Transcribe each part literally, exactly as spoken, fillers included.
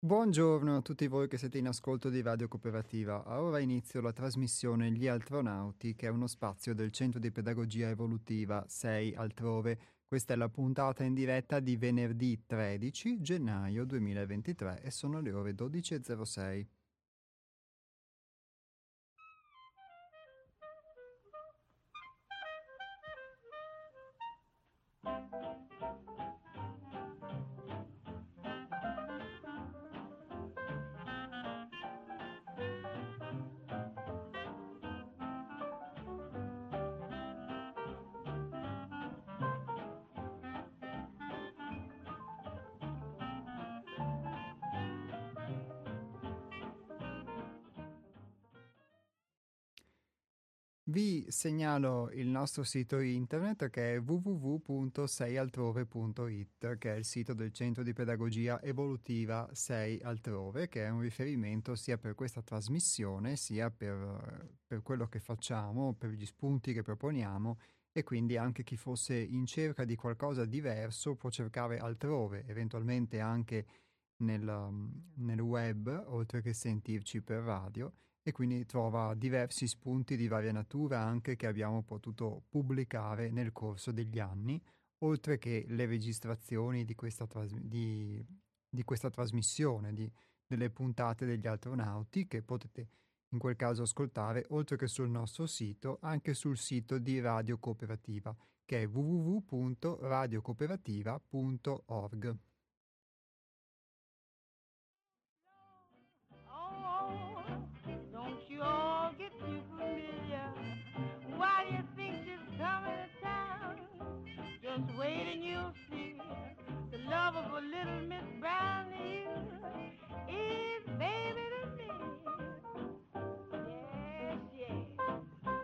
Buongiorno a tutti voi che siete in ascolto di Radio Cooperativa. A ora inizio la trasmissione Gli Altronauti, che è uno spazio del Centro di Pedagogia Evolutiva sei Altrove. Questa è la puntata in diretta di venerdì tredici gennaio duemilaventitré e sono le ore dodici e zero sei. Vi segnalo il nostro sito internet che è w w w punto sei altrove punto i t, che è il sito del Centro di Pedagogia Evolutiva sei Altrove, che è un riferimento sia per questa trasmissione, sia per, per quello che facciamo, per gli spunti che proponiamo, e quindi anche chi fosse in cerca di qualcosa diverso può cercare altrove, eventualmente anche nel, nel web, oltre che sentirci per radio, e quindi trova diversi spunti di varia natura anche che abbiamo potuto pubblicare nel corso degli anni, oltre che le registrazioni di questa, tras- di, di questa trasmissione, di- delle puntate degli astronauti che potete in quel caso ascoltare, oltre che sul nostro sito, anche sul sito di Radio Cooperativa, che è w w w punto radio cooperativa punto org. Oh, don't you all get too familiar. Why do you think she's coming to town? Just wait and you'll see. The love of a little Miss Brown is baby to me. Yes, yes.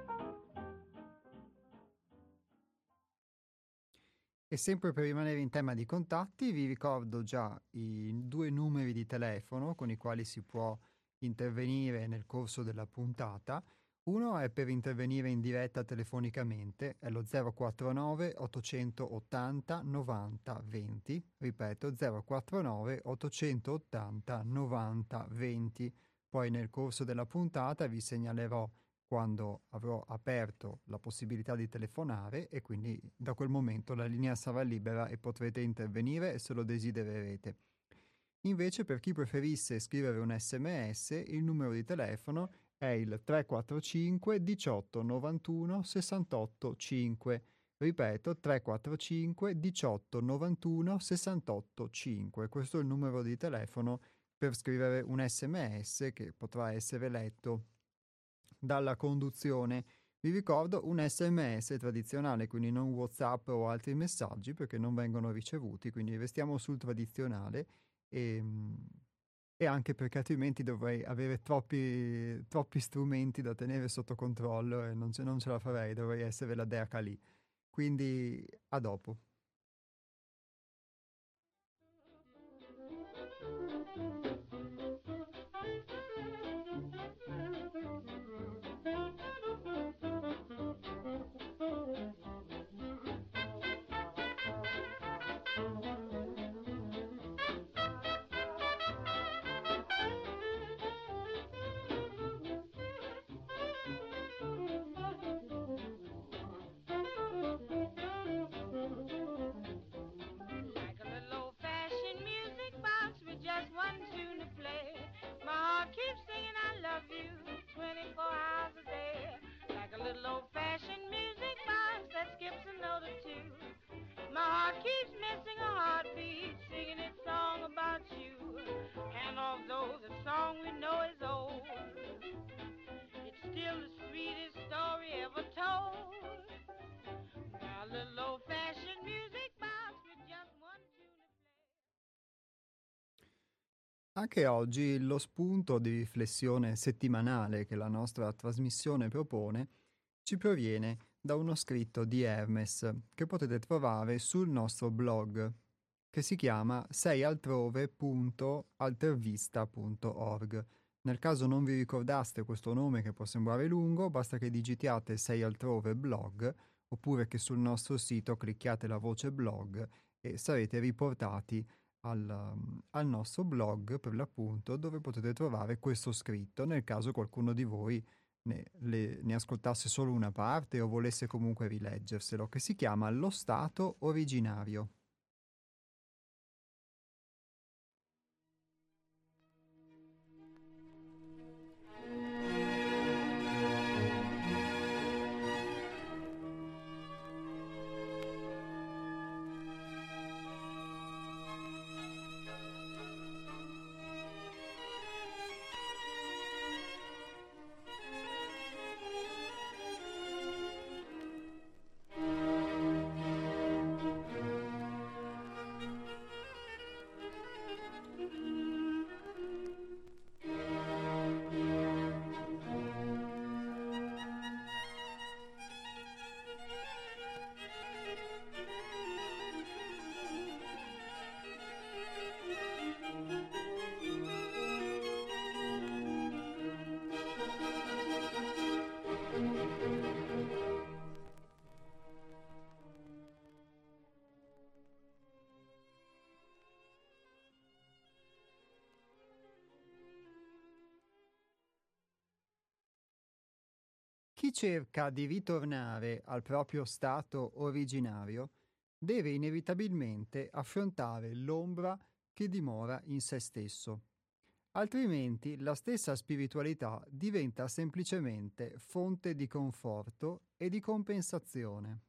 E sempre per rimanere in tema di contatti, vi ricordo già i due numeri di telefono con i quali si può intervenire nel corso della puntata. Uno è per intervenire in diretta telefonicamente, è lo zero quattro nove ottocentottanta novanta venti, ripeto zero quattro nove ottocentottanta novanta venti. Poi nel corso della puntata vi segnalerò quando avrò aperto la possibilità di telefonare e quindi da quel momento la linea sarà libera e potrete intervenire se lo desidererete. Invece per chi preferisse scrivere un sms, il numero di telefono è il tre quattro cinque diciotto novantuno sessantotto cinque. Ripeto, tre quattro cinque diciotto novantuno sessantotto cinque. Questo è il numero di telefono per scrivere un sms che potrà essere letto dalla conduzione. Vi ricordo un sms tradizionale, quindi non WhatsApp o altri messaggi perché non vengono ricevuti, quindi restiamo sul tradizionale e, e anche perché altrimenti dovrei avere troppi, troppi strumenti da tenere sotto controllo e non ce, non ce la farei, dovrei essere la Dea lì. Quindi a dopo. Like a little old-fashioned music box with just one tune to play. My heart keeps singing I love you twenty-four hours a day. Like a little old-fashioned music box that skips a note or two. My heart keeps missing a heartbeat, singing its song about you. And although the song we know is old, it's still the sweetest story ever told. Now a little old-fashioned music box with just one tune to play. Anche oggi lo spunto di riflessione settimanale che la nostra trasmissione propone ci proviene da uno scritto di Hermes che potete trovare sul nostro blog che si chiama sei altrove punto altervista punto org. Nel caso non vi ricordaste questo nome che può sembrare lungo, basta che digitiate sei altrove blog oppure che sul nostro sito clicchiate la voce blog e sarete riportati al, al nostro blog, per l'appunto, dove potete trovare questo scritto, nel caso qualcuno di voi ne, le- ne ascoltasse solo una parte o volesse comunque rileggerselo, che si chiama Lo Stato originario. Chi cerca di ritornare al proprio stato originario deve inevitabilmente affrontare l'ombra che dimora in se stesso. Altrimenti la stessa spiritualità diventa semplicemente fonte di conforto e di compensazione.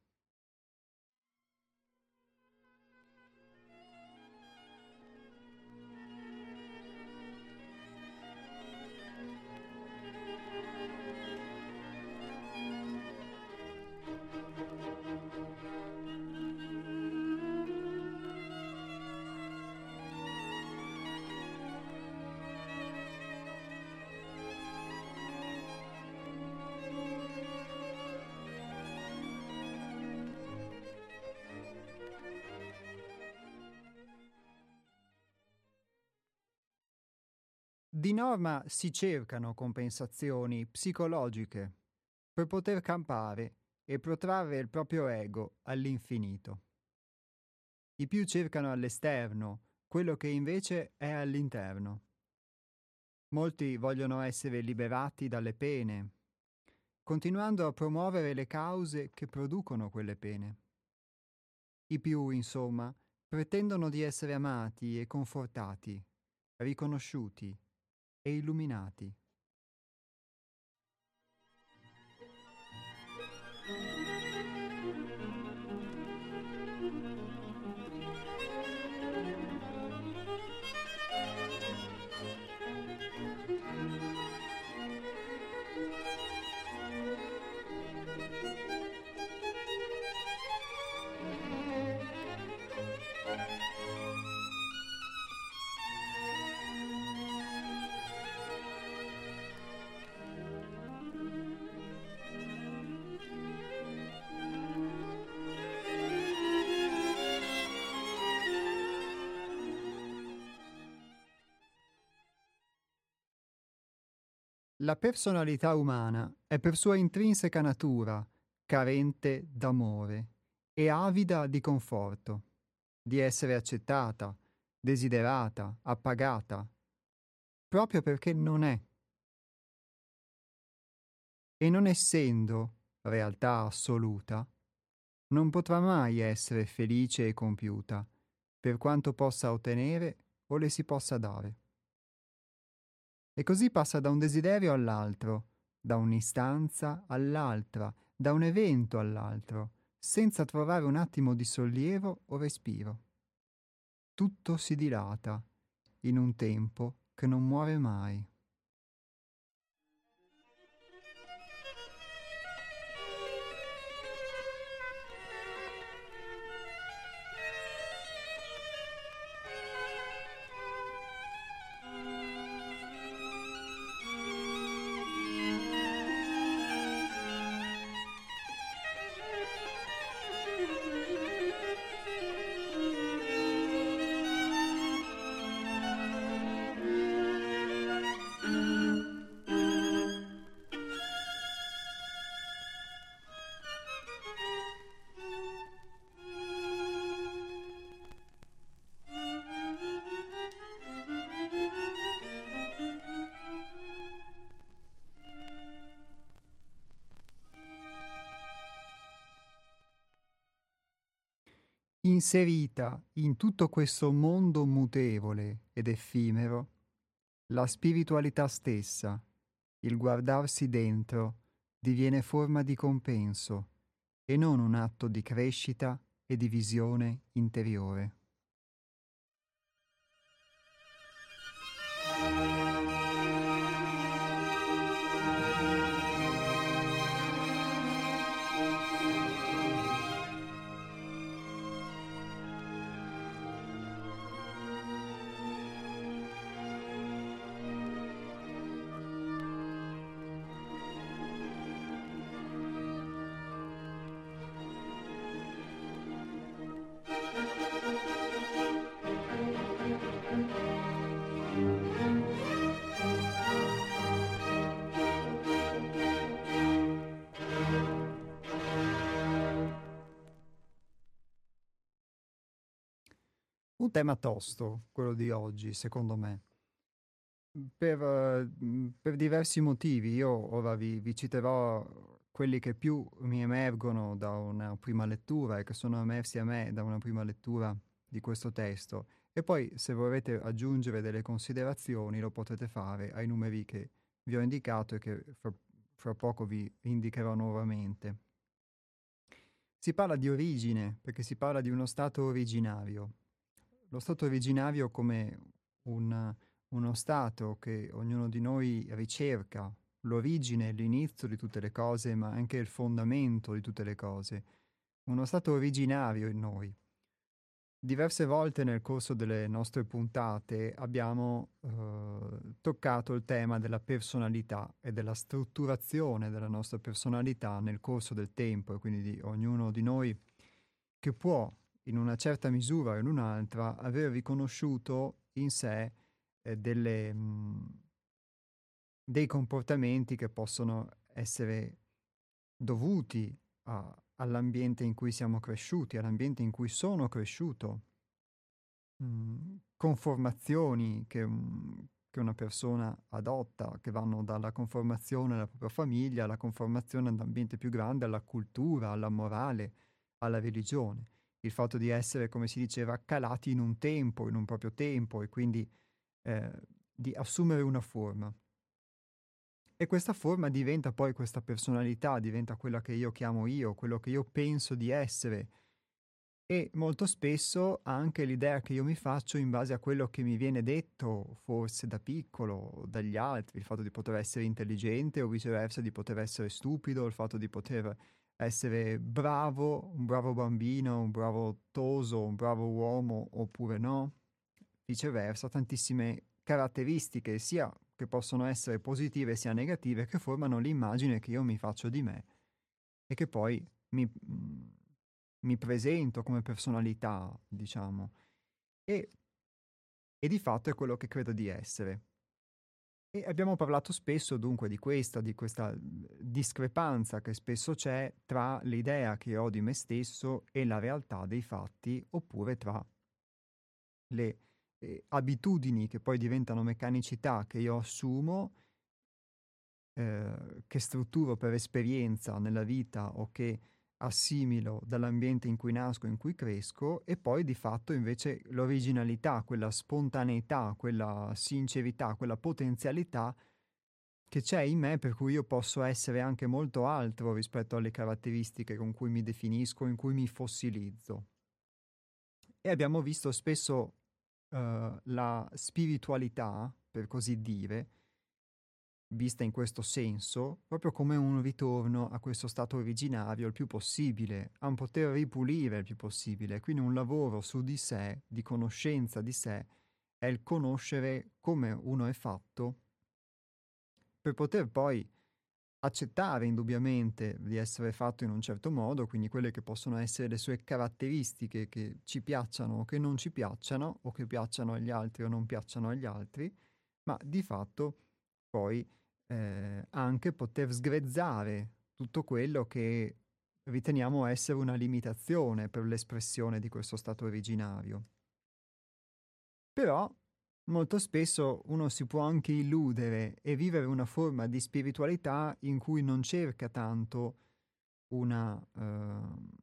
Di norma si cercano compensazioni psicologiche per poter campare e protrarre il proprio ego all'infinito. I più cercano all'esterno quello che invece è all'interno. Molti vogliono essere liberati dalle pene, continuando a promuovere le cause che producono quelle pene. I più, insomma, pretendono di essere amati e confortati, riconosciuti e illuminati. La personalità umana è per sua intrinseca natura carente d'amore e avida di conforto, di essere accettata, desiderata, appagata, proprio perché non è. E non essendo realtà assoluta, non potrà mai essere felice e compiuta, per quanto possa ottenere o le si possa dare. E così passa da un desiderio all'altro, da un'istanza all'altra, da un evento all'altro, senza trovare un attimo di sollievo o respiro. Tutto si dilata, in un tempo che non muore mai. inserita in tutto questo mondo mutevole ed effimero, la spiritualità stessa, il guardarsi dentro, diviene forma di compenso e non un atto di crescita e di visione interiore. Un tema tosto, quello di oggi, secondo me, per, eh, mh, per diversi motivi. Io ora vi, vi citerò quelli che più mi emergono da una prima lettura e che sono emersi a me da una prima lettura di questo testo. E poi, se volete aggiungere delle considerazioni, lo potete fare ai numeri che vi ho indicato e che fra, fra poco vi indicherò nuovamente. Si parla di origine, perché si parla di uno stato originario. Lo stato originario come un, uno stato che ognuno di noi ricerca, l'origine, l'inizio di tutte le cose, ma anche il fondamento di tutte le cose. Uno stato originario in noi. Diverse volte nel corso delle nostre puntate abbiamo eh, toccato il tema della personalità e della strutturazione della nostra personalità nel corso del tempo, e quindi di ognuno di noi che può, in una certa misura o in un'altra, aver riconosciuto in sé eh, delle, mh, dei comportamenti che possono essere dovuti a- all'ambiente in cui siamo cresciuti, all'ambiente in cui sono cresciuto, mh, conformazioni che, un- che una persona adotta, che vanno dalla conformazione alla propria famiglia, alla conformazione all'ambiente più grande, alla cultura, alla morale, alla religione. Il fatto di essere, come si diceva, calati in un tempo, in un proprio tempo, e quindi eh, di assumere una forma. E questa forma diventa poi questa personalità, diventa quella che io chiamo io, quello che io penso di essere. E molto spesso anche l'idea che io mi faccio in base a quello che mi viene detto, forse da piccolo, dagli altri, il fatto di poter essere intelligente o viceversa di poter essere stupido, il fatto di poter essere bravo, un bravo bambino, un bravo toso, un bravo uomo oppure no, viceversa, tantissime caratteristiche sia che possono essere positive sia negative che formano l'immagine che io mi faccio di me e che poi mi, mm, mi presento come personalità, diciamo, e, e di fatto è quello che credo di essere. E abbiamo parlato spesso dunque di questa, di questa mm, discrepanza che spesso c'è tra l'idea che ho di me stesso e la realtà dei fatti, oppure tra le eh, abitudini che poi diventano meccanicità che io assumo, eh, che strutturo per esperienza nella vita o che assimilo dall'ambiente in cui nasco, in cui cresco, e poi di fatto invece l'originalità, quella spontaneità, quella sincerità, quella potenzialità che c'è in me per cui io posso essere anche molto altro rispetto alle caratteristiche con cui mi definisco, in cui mi fossilizzo. E abbiamo visto spesso eh, la spiritualità, per così dire, vista in questo senso, proprio come un ritorno a questo stato originario il più possibile, a un poter ripulire il più possibile. Quindi un lavoro su di sé, di conoscenza di sé, è il conoscere come uno è fatto, per poter poi accettare indubbiamente di essere fatto in un certo modo, quindi quelle che possono essere le sue caratteristiche che ci piacciono o che non ci piacciono, o che piacciono agli altri o non piacciono agli altri, ma di fatto poi eh, anche poter sgrezzare tutto quello che riteniamo essere una limitazione per l'espressione di questo stato originario. Però molto spesso uno si può anche illudere e vivere una forma di spiritualità in cui non cerca tanto una, eh,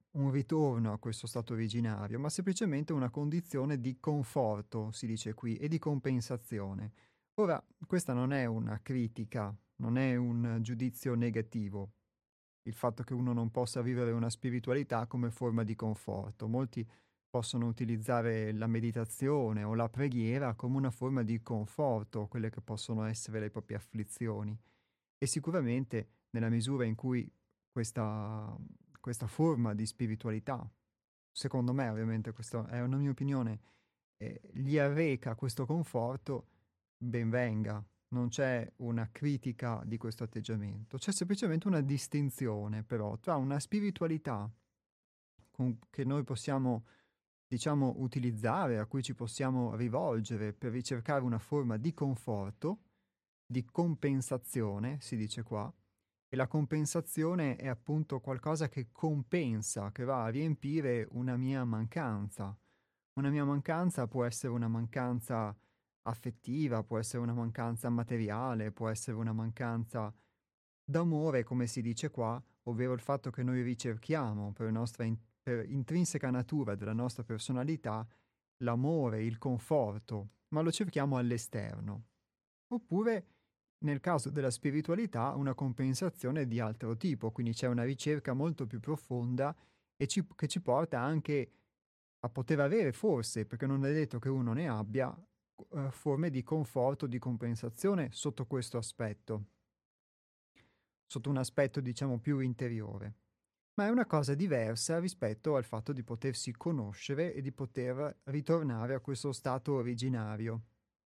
un ritorno a questo stato originario, ma semplicemente una condizione di conforto, si dice qui, e di compensazione. Ora, questa non è una critica, non è un giudizio negativo, il fatto che uno non possa vivere una spiritualità come forma di conforto. Molti possono utilizzare la meditazione o la preghiera come una forma di conforto, quelle che possono essere le proprie afflizioni. E sicuramente nella misura in cui questa, questa forma di spiritualità, secondo me ovviamente questa è una mia opinione, eh, gli arreca questo conforto, ben venga. Non c'è una critica di questo atteggiamento, c'è semplicemente una distinzione però tra una spiritualità con- che noi possiamo, diciamo, utilizzare, a cui ci possiamo rivolgere per ricercare una forma di conforto, di compensazione, si dice qua, e la compensazione è appunto qualcosa che compensa, che va a riempire una mia mancanza. Una mia mancanza può essere una mancanza affettiva, può essere una mancanza materiale, può essere una mancanza d'amore, come si dice qua, ovvero il fatto che noi ricerchiamo per nostra in- per intrinseca natura della nostra personalità l'amore, il conforto, ma lo cerchiamo all'esterno. Oppure, nel caso della spiritualità, una compensazione di altro tipo, quindi c'è una ricerca molto più profonda e ci- che ci porta anche a poter avere forse, perché non è detto che uno ne abbia, eh, forme di conforto, di compensazione sotto questo aspetto, sotto un aspetto diciamo più interiore. Ma è una cosa diversa rispetto al fatto di potersi conoscere e di poter ritornare a questo stato originario.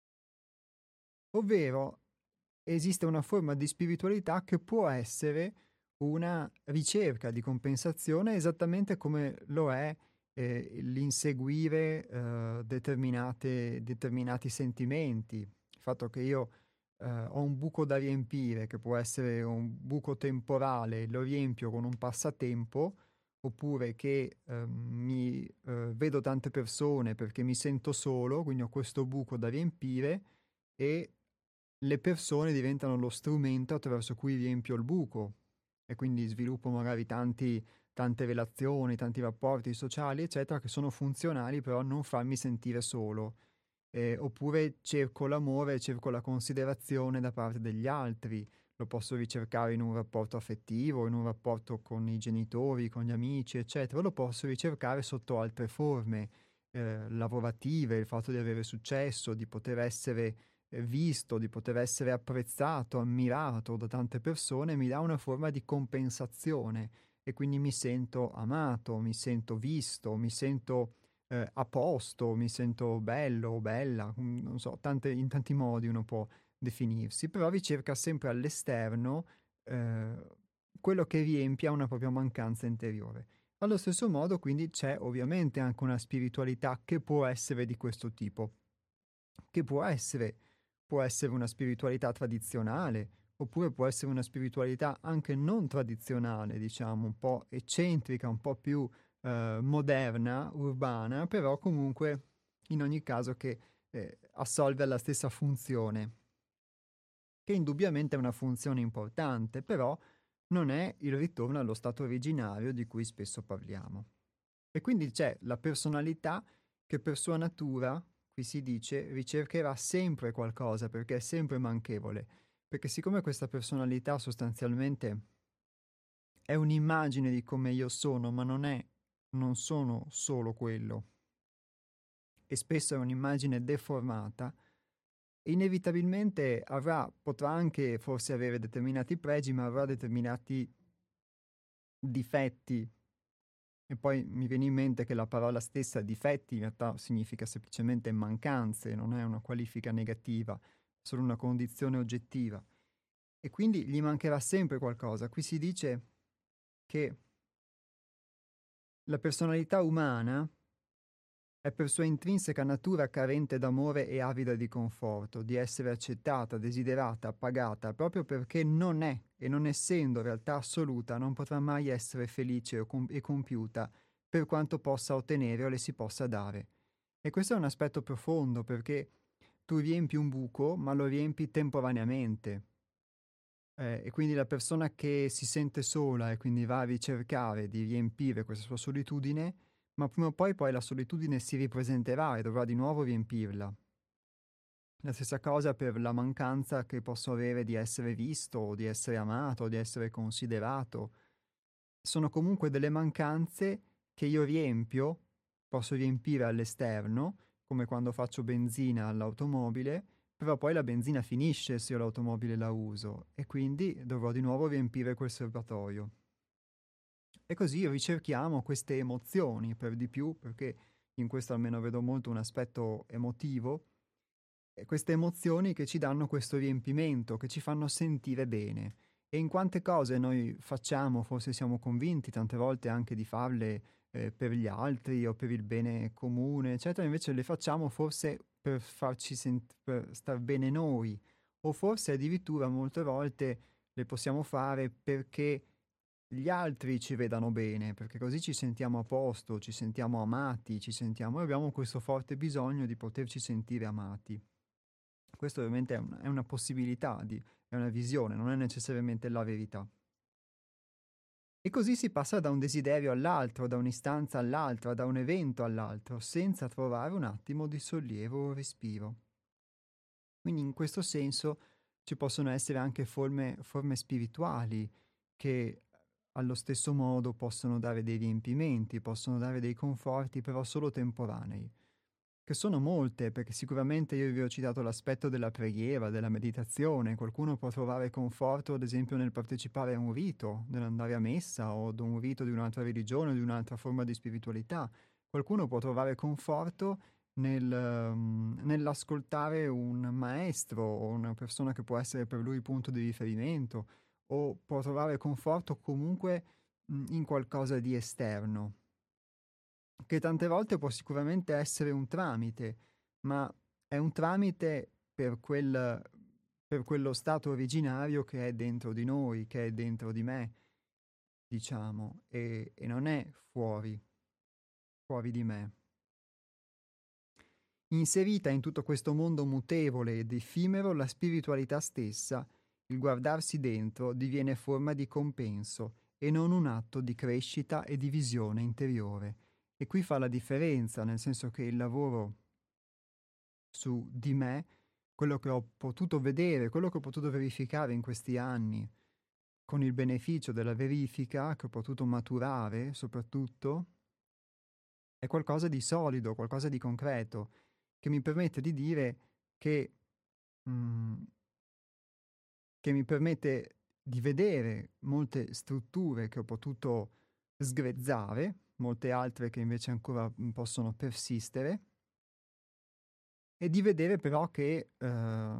Ovvero esiste una forma di spiritualità che può essere una ricerca di compensazione esattamente come lo è eh, l'inseguire eh, determinate, determinati sentimenti. Il fatto che io eh, ho un buco da riempire, che può essere un buco temporale, lo riempio con un passatempo, oppure che eh, mi eh, vedo tante persone perché mi sento solo, quindi ho questo buco da riempire e le persone diventano lo strumento attraverso cui riempio il buco e quindi sviluppo magari tanti, tante relazioni, tanti rapporti sociali, eccetera, che sono funzionali però a non farmi sentire solo. Eh, oppure cerco l'amore, cerco la considerazione da parte degli altri. Lo posso ricercare in un rapporto affettivo, in un rapporto con i genitori, con gli amici, eccetera. Lo posso ricercare sotto altre forme eh, lavorative, il fatto di avere successo, di poter essere eh, visto, di poter essere apprezzato, ammirato da tante persone, mi dà una forma di compensazione e quindi mi sento amato, mi sento visto, mi sento eh, a posto, mi sento bello o bella, mm, non so, tante- in tanti modi uno può definirsi, però ricerca sempre all'esterno eh, quello che riempia una propria mancanza interiore. Allo stesso modo, quindi, c'è ovviamente anche una spiritualità che può essere di questo tipo, che può essere, può essere una spiritualità tradizionale, oppure può essere una spiritualità anche non tradizionale, diciamo, un po' eccentrica, un po' più eh, moderna, urbana, però comunque in ogni caso che eh, assolve alla stessa funzione, che indubbiamente è una funzione importante, però non è il ritorno allo stato originario di cui spesso parliamo. E quindi c'è la personalità che per sua natura, qui si dice, ricercherà sempre qualcosa perché è sempre manchevole, perché siccome questa personalità sostanzialmente è un'immagine di come io sono, ma non è, non sono solo quello, e spesso è un'immagine deformata, inevitabilmente avrà, potrà anche forse avere determinati pregi, ma avrà determinati difetti. E poi mi viene in mente che la parola stessa difetti in realtà significa semplicemente mancanze, non è una qualifica negativa, è solo una condizione oggettiva. E quindi gli mancherà sempre qualcosa. Qui si dice che la personalità umana è per sua intrinseca natura carente d'amore e avida di conforto, di essere accettata, desiderata, appagata, proprio perché non è, e non essendo realtà assoluta, non potrà mai essere felice o com- e compiuta per quanto possa ottenere o le si possa dare. E questo è un aspetto profondo perché tu riempi un buco, ma lo riempi temporaneamente. eh, e quindi la persona che si sente sola e quindi va a ricercare di riempire questa sua solitudine, ma prima o poi poi la solitudine si ripresenterà e dovrà di nuovo riempirla. La stessa cosa per la mancanza che posso avere di essere visto, o di essere amato, o di essere considerato. Sono comunque delle mancanze che io riempio, posso riempire all'esterno, come quando faccio benzina all'automobile, però poi la benzina finisce se io l'automobile la uso e quindi dovrò di nuovo riempire quel serbatoio. E così ricerchiamo queste emozioni per di più, perché in questo almeno vedo molto un aspetto emotivo, e queste emozioni che ci danno questo riempimento, che ci fanno sentire bene. E in quante cose noi facciamo, forse siamo convinti tante volte anche di farle eh, per gli altri o per il bene comune, eccetera, invece le facciamo forse per farci sent- per star bene noi, o forse addirittura molte volte le possiamo fare perché gli altri ci vedano bene, perché così ci sentiamo a posto, ci sentiamo amati, ci sentiamo e abbiamo questo forte bisogno di poterci sentire amati. Questo ovviamente è una, è una possibilità, di, è una visione, non è necessariamente la verità. E così si passa da un desiderio all'altro, da un'istanza all'altra, da un evento all'altro, senza trovare un attimo di sollievo o respiro. Quindi in questo senso ci possono essere anche forme, forme spirituali che allo stesso modo possono dare dei riempimenti, possono dare dei conforti, però solo temporanei, che sono molte, perché sicuramente io vi ho citato l'aspetto della preghiera, della meditazione. Qualcuno può trovare conforto, ad esempio, nel partecipare a un rito, nell'andare a messa o ad un rito di un'altra religione o di un'altra forma di spiritualità. Qualcuno può trovare conforto nel, um, nell'ascoltare un maestro o una persona che può essere per lui punto di riferimento, o può trovare conforto comunque mh, in qualcosa di esterno, che tante volte può sicuramente essere un tramite, ma è un tramite per quel, per quello stato originario che è dentro di noi, che è dentro di me, diciamo, e, e non è fuori, fuori di me. Inserita in tutto questo mondo mutevole ed effimero, la spiritualità stessa, il guardarsi dentro, diviene forma di compenso e non un atto di crescita e di visione interiore. E qui fa la differenza, nel senso che il lavoro su di me, quello che ho potuto vedere, quello che ho potuto verificare in questi anni, con il beneficio della verifica che ho potuto maturare soprattutto, è qualcosa di solido, qualcosa di concreto, che mi permette di dire che, mm, che mi permette di vedere molte strutture che ho potuto sgrezzare, molte altre che invece ancora mm, possono persistere, e di vedere però che eh,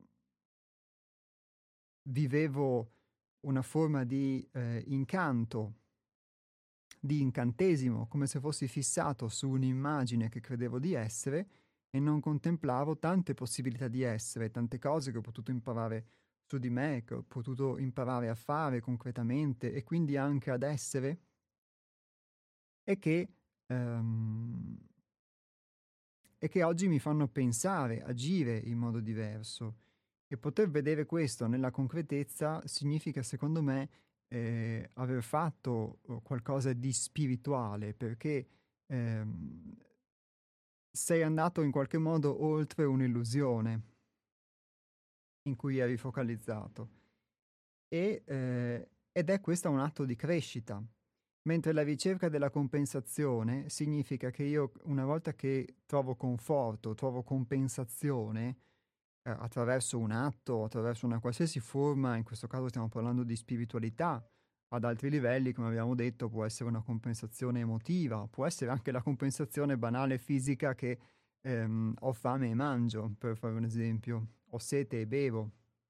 vivevo una forma di eh, incanto, di incantesimo, come se fossi fissato su un'immagine che credevo di essere e non contemplavo tante possibilità di essere, tante cose che ho potuto imparare su di me, che ho potuto imparare a fare concretamente e quindi anche ad essere, e che, ehm, e che oggi mi fanno pensare, agire in modo diverso. E poter vedere questo nella concretezza significa, secondo me, eh, aver fatto oh, qualcosa di spirituale, perché ehm, sei andato in qualche modo oltre un'illusione in cui eri focalizzato. E, eh, ed è questo un atto di crescita. Mentre la ricerca della compensazione significa che io, una volta che trovo conforto, trovo compensazione, eh, attraverso un atto, attraverso una qualsiasi forma, in questo caso stiamo parlando di spiritualità, ad altri livelli, come abbiamo detto, può essere una compensazione emotiva, può essere anche la compensazione banale fisica che ehm, ho fame e mangio, per fare un esempio, ho sete e bevo.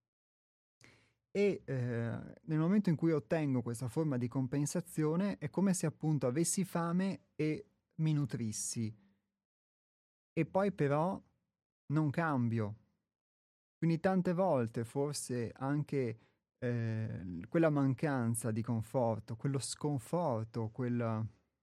E eh, nel momento in cui ottengo questa forma di compensazione è come se appunto avessi fame e mi nutrissi. E poi però non cambio. Quindi tante volte forse anche eh, quella mancanza di conforto, quello sconforto, quella,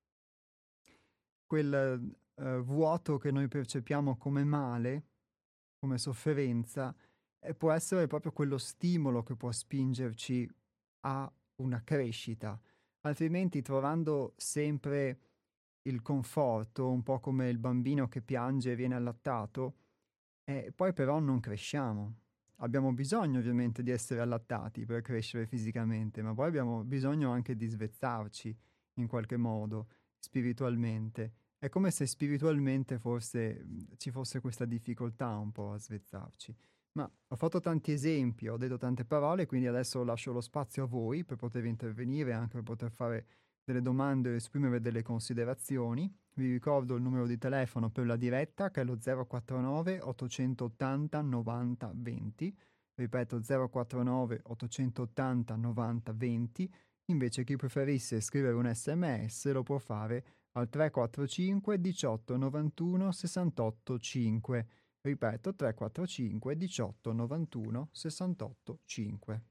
quel eh, vuoto che noi percepiamo come male, come sofferenza, E può essere proprio quello stimolo che può spingerci a una crescita, altrimenti trovando sempre il conforto, un po' come il bambino che piange e viene allattato, e poi però non cresciamo. Abbiamo bisogno ovviamente di essere allattati per crescere fisicamente, ma poi abbiamo bisogno anche di svezzarci in qualche modo, spiritualmente. È come se spiritualmente forse mh, ci fosse questa difficoltà un po' a svezzarci. Ma ho fatto tanti esempi, ho detto tante parole, quindi adesso lascio lo spazio a voi per poter intervenire, anche per poter fare delle domande o esprimere delle considerazioni. Vi ricordo il numero di telefono per la diretta che è lo zero quattro nove ottocentottanta novanta venti. Ripeto zero quattro nove ottocentottanta novanta venti. Invece chi preferisse scrivere un sms lo può fare al tre quattro cinque diciotto novantuno sessantotto cinque. Ripeto tre quattro cinque diciotto novantuno sessantotto cinque.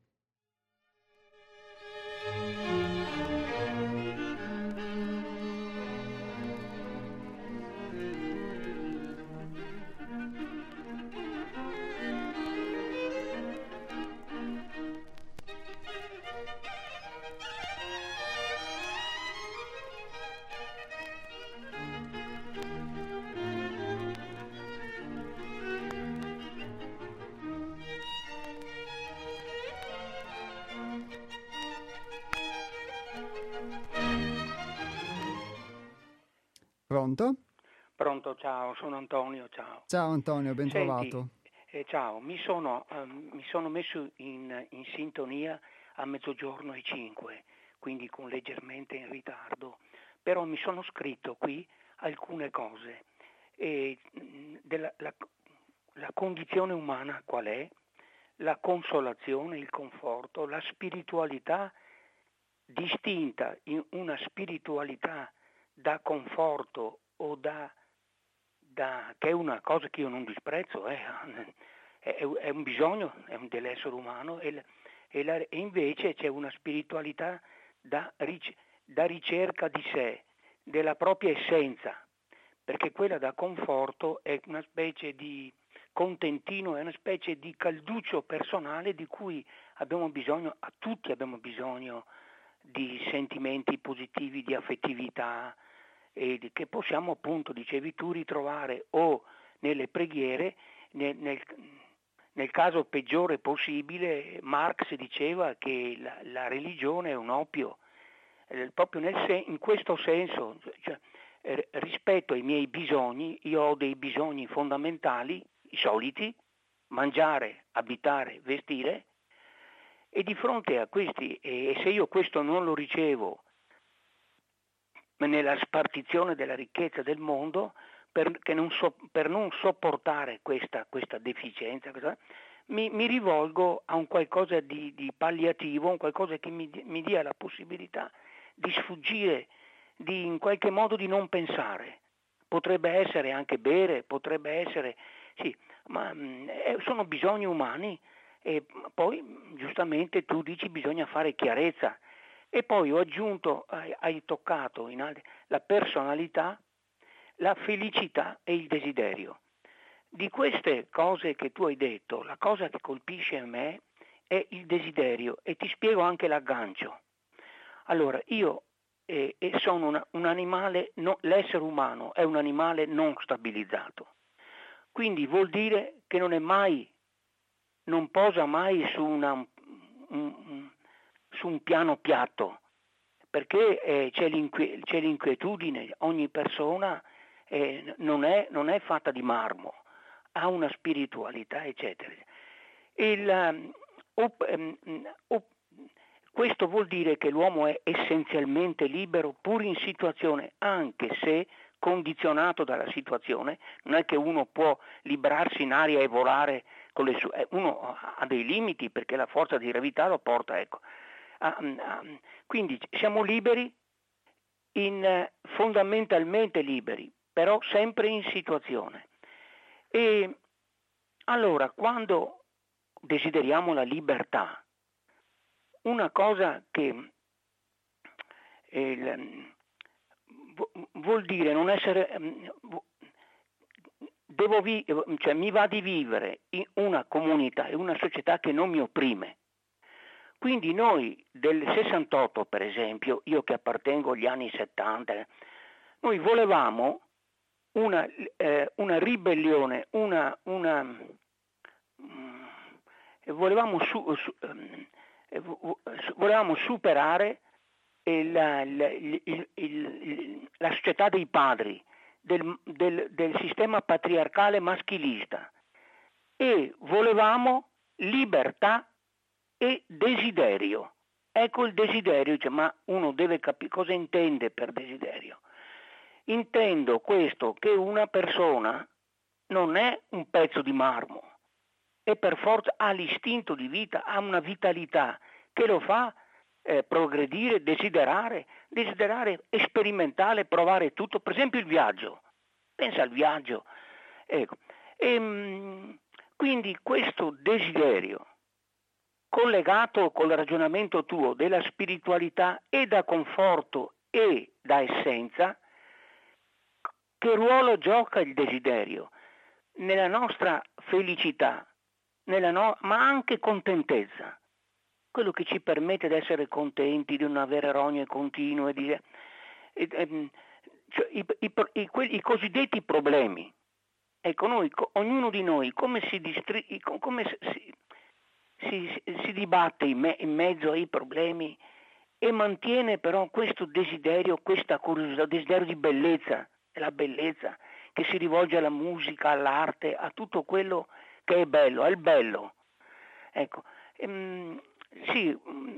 Pronto? Pronto, ciao, sono Antonio, ciao. Ciao Antonio, ben Senti, trovato. eh, ciao, mi sono, ehm, mi sono messo in, in sintonia a mezzogiorno e cinque, quindi con leggermente in ritardo, però mi sono scritto qui alcune cose. E, mh, della, la, la condizione umana qual è? La consolazione, il conforto, la spiritualità distinta in una spiritualità da conforto o da, da che è una cosa che io non disprezzo, eh, è, è un bisogno è un dell'essere umano e, e, la, e invece c'è una spiritualità da, da ricerca di sé, della propria essenza, perché quella da conforto è una specie di contentino, è una specie di calduccio personale di cui abbiamo bisogno, a tutti abbiamo bisogno di sentimenti positivi, di affettività, e che possiamo appunto, dicevi tu, ritrovare o nelle preghiere, nel, nel, nel caso peggiore possibile. Marx diceva che la, la religione è un oppio, eh, proprio nel sen- in questo senso, cioè, eh, rispetto ai miei bisogni, io ho dei bisogni fondamentali, i soliti: mangiare, abitare, vestire, e di fronte a questi, e se io questo non lo ricevo nella spartizione della ricchezza del mondo, per, che non so, per non sopportare questa, questa deficienza, questa, mi, mi rivolgo a un qualcosa di, di palliativo, un qualcosa che mi, mi dia la possibilità di sfuggire, di in qualche modo di non pensare. Potrebbe essere anche bere, potrebbe essere, sì, ma mh, sono bisogni umani. E poi giustamente tu dici bisogna fare chiarezza. E poi ho aggiunto, hai, hai toccato in altri, la personalità, la felicità e il desiderio. Di queste cose che tu hai detto, la cosa che colpisce a me è il desiderio, e ti spiego anche l'aggancio. Allora, io eh, sono una, un animale, no, l'essere umano è un animale non stabilizzato, quindi vuol dire che non è mai, non posa mai su una... Un, un, su un piano piatto, perché eh, c'è, l'inqui- c'è l'inquietudine, ogni persona eh, non, è, non è fatta di marmo, ha una spiritualità, eccetera. Il, um, op, um, op, questo vuol dire che l'uomo è essenzialmente libero, pur in situazione, anche se condizionato dalla situazione. Non è che uno può librarsi in aria e volare con le sue, uno ha dei limiti, perché la forza di gravità lo porta, ecco. Quindi siamo liberi, in, fondamentalmente liberi, però sempre in situazione. E allora, quando desideriamo la libertà, una cosa che eh, vuol dire non essere, devo vi- cioè, mi va di vivere in una comunità, in una società che non mi opprime. Quindi noi del sessantotto, per esempio, io che appartengo agli anni settanta, noi volevamo una, eh, una ribellione, una, una mm, volevamo, su, su, eh, volevamo superare il, il, il, il, la società dei padri, del, del, del sistema patriarcale maschilista, e volevamo libertà e desiderio. Ecco il desiderio, cioè, ma uno deve capire cosa intende per desiderio. Intendo questo, che una persona non è un pezzo di marmo e per forza ha l'istinto di vita, ha una vitalità che lo fa eh, progredire, desiderare, desiderare, sperimentare, provare tutto, per esempio il viaggio. Pensa al viaggio. Ecco. E, quindi questo desiderio collegato col ragionamento tuo della spiritualità e da conforto e da essenza, che ruolo gioca il desiderio nella nostra felicità, nella no- ma anche contentezza, quello che ci permette di essere contenti, di non avere rogne continue, di, eh, eh, cioè, i, i, i, quelli, i cosiddetti problemi. Ecco, noi, ognuno di noi come si, distri- come si, si, si dibatte in, me, in mezzo ai problemi e mantiene però questo desiderio, questa curiosità, desiderio di bellezza, la bellezza che si rivolge alla musica, all'arte, a tutto quello che è bello, al bello. Ecco, ehm, sì,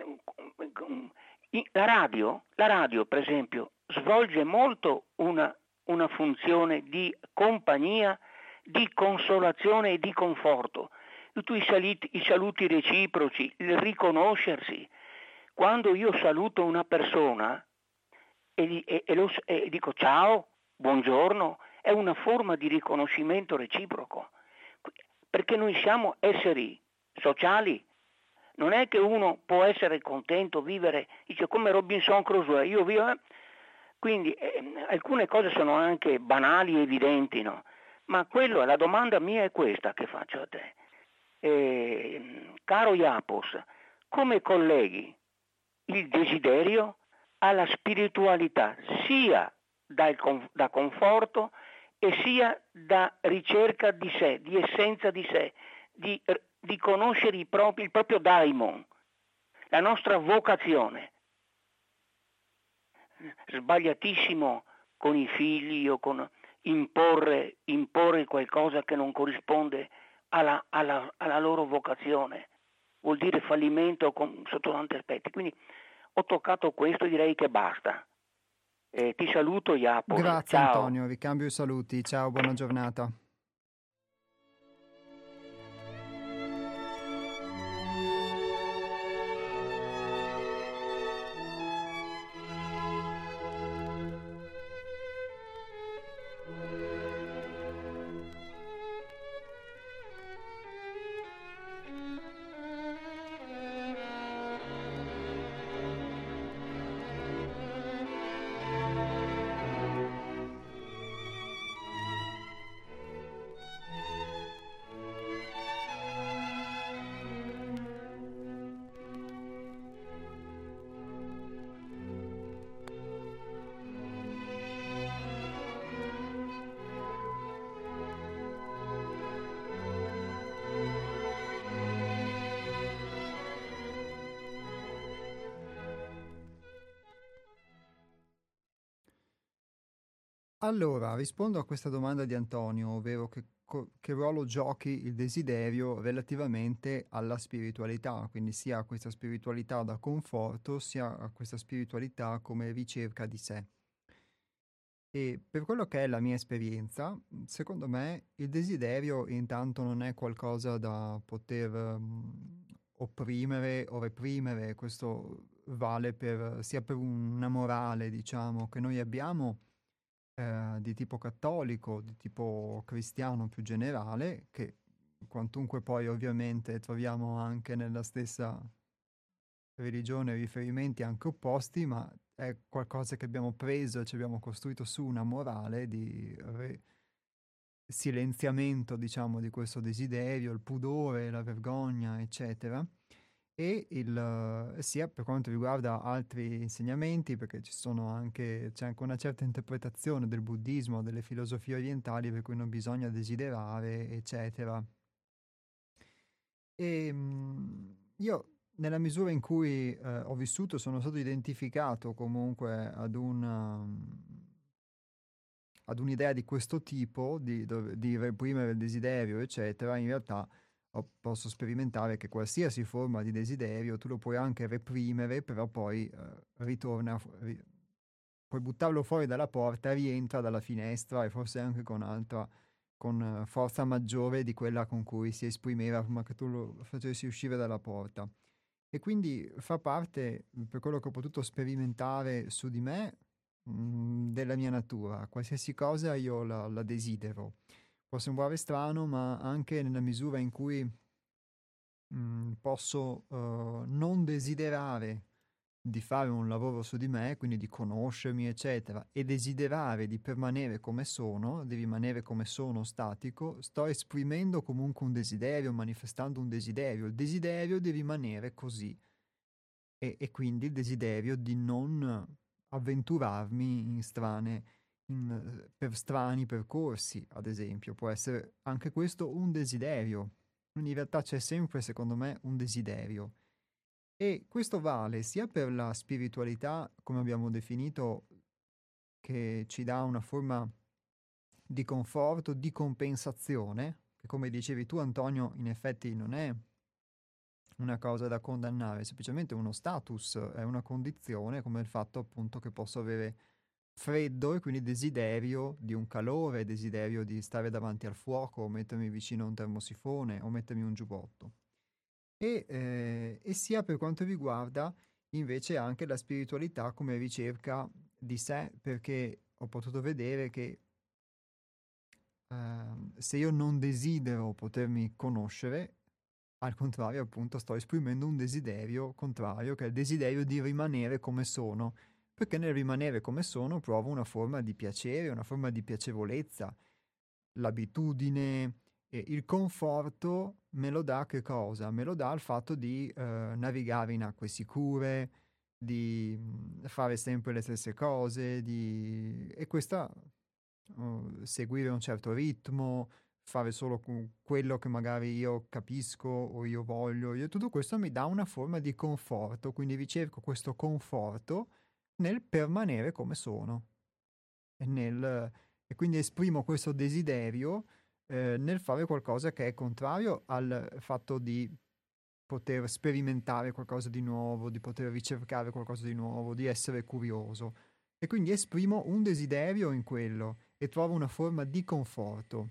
la radio, la radio per esempio svolge molto una, una funzione di compagnia, di consolazione e di conforto. Tu i saluti, i saluti reciproci, il riconoscersi. Quando io saluto una persona e, e, e, lo, e dico ciao, buongiorno, è una forma di riconoscimento reciproco, perché noi siamo esseri sociali. Non è che uno può essere contento, vivere, dice come Robinson Crusoe, io vivo, eh? Quindi eh, alcune cose sono anche banali e evidenti, no? Ma quello, la domanda mia è questa che faccio a te. Eh, caro Iapos, come colleghi il desiderio alla spiritualità, sia dal, da conforto e sia da ricerca di sé, di essenza di sé, di, di conoscere i propri, il proprio daimon, la nostra vocazione. Sbagliatissimo con i figli o con imporre, imporre qualcosa che non corrisponde alla, alla, alla loro vocazione, vuol dire fallimento con, sotto tanti aspetti. Quindi ho toccato questo e direi che basta. Eh, ti saluto Iapos. Grazie Ciao. Antonio, vi cambio i saluti. Ciao, buona giornata. Allora, rispondo a questa domanda di Antonio, ovvero che, co- che ruolo giochi il desiderio relativamente alla spiritualità, quindi sia a questa spiritualità da conforto, sia a questa spiritualità come ricerca di sé. E per quello che è la mia esperienza, secondo me il desiderio intanto non è qualcosa da poter um, opprimere o reprimere, questo vale per, sia per una morale, diciamo, che noi abbiamo eh, di tipo cattolico, di tipo cristiano più generale, che quantunque poi ovviamente troviamo anche nella stessa religione riferimenti anche opposti, ma è qualcosa che abbiamo preso e ci abbiamo costruito su una morale di re- silenziamento, diciamo, di questo desiderio, il pudore, la vergogna, eccetera. E il, sia per quanto riguarda altri insegnamenti, perché ci sono anche, c'è anche una certa interpretazione del buddismo, delle filosofie orientali, per cui non bisogna desiderare, eccetera. E mh, io, nella misura in cui eh, ho vissuto, sono stato identificato comunque ad una, ad un'idea di questo tipo, di, dove- di reprimere il desiderio, eccetera. In realtà ho- posso sperimentare che qualsiasi forma di desiderio tu lo puoi anche reprimere, però poi eh, ritorna, fu- ri- puoi buttarlo fuori dalla porta, rientra dalla finestra e forse anche con altra, con eh, forza maggiore di quella con cui si esprimeva prima che tu lo facessi uscire dalla porta. E quindi fa parte, mh, per quello che ho potuto sperimentare su di me, mh, della mia natura. Qualsiasi cosa io la, la desidero. Può sembrare strano, ma anche nella misura in cui mh, posso eh, non desiderare di fare un lavoro su di me, quindi di conoscermi, eccetera, e desiderare di permanere come sono, di rimanere come sono statico, sto esprimendo comunque un desiderio, manifestando un desiderio, il desiderio di rimanere così e, e quindi il desiderio di non avventurarmi in strane, in, eh, per strani percorsi, ad esempio. Può essere anche questo un desiderio. In realtà c'è sempre, secondo me, un desiderio. E questo vale sia per la spiritualità, come abbiamo definito, che ci dà una forma di conforto, di compensazione, che come dicevi tu, Antonio, in effetti non è una cosa da condannare, è semplicemente uno status, è una condizione, come il fatto appunto che posso avere freddo e quindi desiderio di un calore, desiderio di stare davanti al fuoco, o mettermi vicino a un termosifone o mettermi un giubbotto. E, eh, e sia per quanto riguarda invece anche la spiritualità come ricerca di sé, perché ho potuto vedere che ehm, se io non desidero potermi conoscere, al contrario, appunto, sto esprimendo un desiderio contrario, che è il desiderio di rimanere come sono, perché nel rimanere come sono provo una forma di piacere, una forma di piacevolezza, l'abitudine, e il conforto me lo dà che cosa? Me lo dà il fatto di eh, navigare in acque sicure, di mh, fare sempre le stesse cose, di... e questa uh, seguire un certo ritmo, fare solo cu- quello che magari io capisco o io voglio, io, tutto questo mi dà una forma di conforto, quindi ricerco questo conforto nel permanere come sono e, nel, e quindi esprimo questo desiderio eh, nel fare qualcosa che è contrario al fatto di poter sperimentare qualcosa di nuovo, di poter ricercare qualcosa di nuovo, di essere curioso. E quindi esprimo un desiderio in quello e trovo una forma di conforto.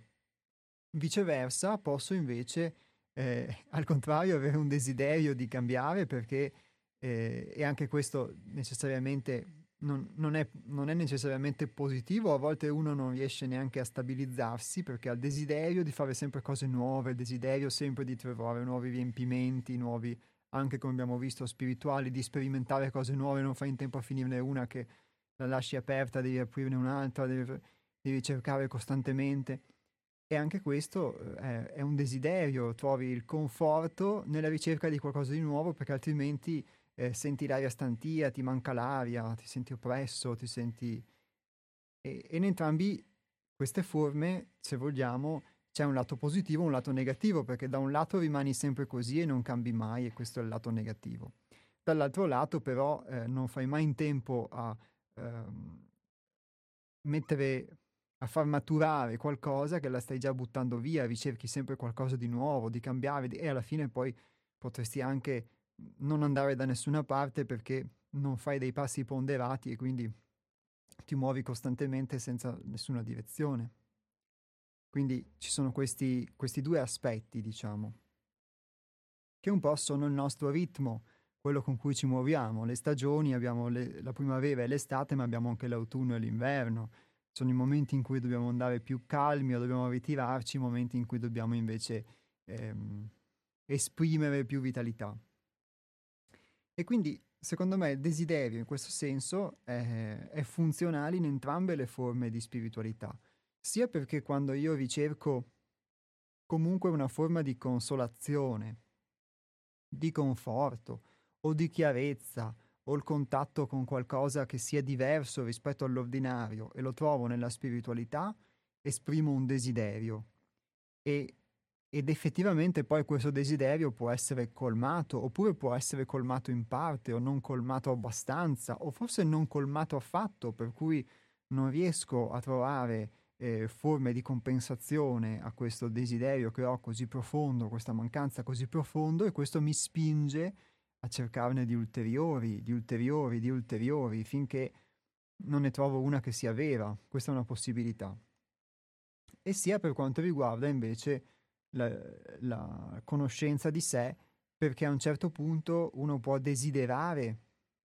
Viceversa, posso invece, eh, al contrario, avere un desiderio di cambiare perché, eh, e anche questo necessariamente non, non è, non è necessariamente positivo, a volte uno non riesce neanche a stabilizzarsi perché ha il desiderio di fare sempre cose nuove, il desiderio sempre di trovare nuovi riempimenti, nuovi, anche come abbiamo visto, spirituali, di sperimentare cose nuove, non fai in tempo a finirne una che la lasci aperta, devi aprirne un'altra, devi, devi cercare costantemente. E anche questo eh, è, è un desiderio, trovi il conforto nella ricerca di qualcosa di nuovo perché altrimenti eh, senti l'aria stantia, ti manca l'aria, ti senti oppresso, ti senti... E, e in entrambi queste forme, se vogliamo, c'è un lato positivo e un lato negativo, perché da un lato rimani sempre così e non cambi mai, e questo è il lato negativo. Dall'altro lato, però, eh, non fai mai in tempo a ehm, mettere, a far maturare qualcosa che la stai già buttando via, ricerchi sempre qualcosa di nuovo, di cambiare, di- e alla fine poi potresti anche non andare da nessuna parte perché non fai dei passi ponderati e quindi ti muovi costantemente senza nessuna direzione. Quindi ci sono questi, questi due aspetti, diciamo, che un po' sono il nostro ritmo, quello con cui ci muoviamo. Le stagioni, abbiamo le- la primavera e l'estate, ma abbiamo anche l'autunno e l'inverno. Sono i momenti in cui dobbiamo andare più calmi o dobbiamo ritirarci, i momenti in cui dobbiamo invece ehm, esprimere più vitalità. E quindi, secondo me, il desiderio in questo senso è, è funzionale in entrambe le forme di spiritualità. sia perché quando io ricerco comunque una forma di consolazione, di conforto o di chiarezza o il contatto con qualcosa che sia diverso rispetto all'ordinario e lo trovo nella spiritualità, esprimo un desiderio e, ed effettivamente poi questo desiderio può essere colmato oppure può essere colmato in parte o non colmato abbastanza o forse non colmato affatto, per cui non riesco a trovare eh, forme di compensazione a questo desiderio che ho così profondo, questa mancanza così profondo, e questo mi spinge a cercarne di ulteriori, di ulteriori, di ulteriori, finché non ne trovo una che sia vera. Questa è una possibilità. E sia per quanto riguarda invece la, la conoscenza di sé, perché a un certo punto uno può desiderare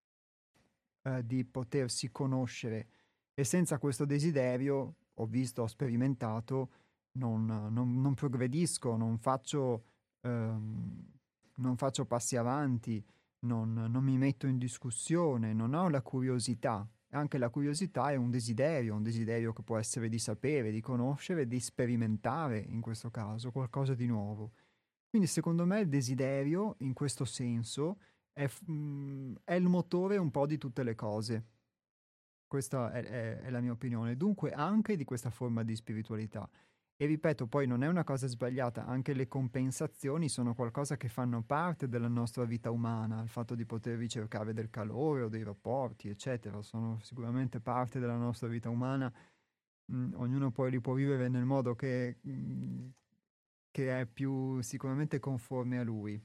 eh, di potersi conoscere e senza questo desiderio, ho visto, ho sperimentato, non, non- non progredisco, non faccio, ehm, non faccio passi avanti, non, non mi metto in discussione, non ho la curiosità. Anche la curiosità è un desiderio, un desiderio che può essere di sapere, di conoscere, di sperimentare, in questo caso, qualcosa di nuovo. Quindi secondo me il desiderio, in questo senso, è, f- mm, è il motore un po' di tutte le cose. Questa è, è- è la mia opinione. Dunque anche di questa forma di spiritualità. E ripeto, poi non è una cosa sbagliata, anche le compensazioni sono qualcosa che fanno parte della nostra vita umana, il fatto di poter ricercare del calore o dei rapporti, eccetera, sono sicuramente parte della nostra vita umana. Mm, ognuno poi li può vivere nel modo che, mm, che è più sicuramente conforme a lui.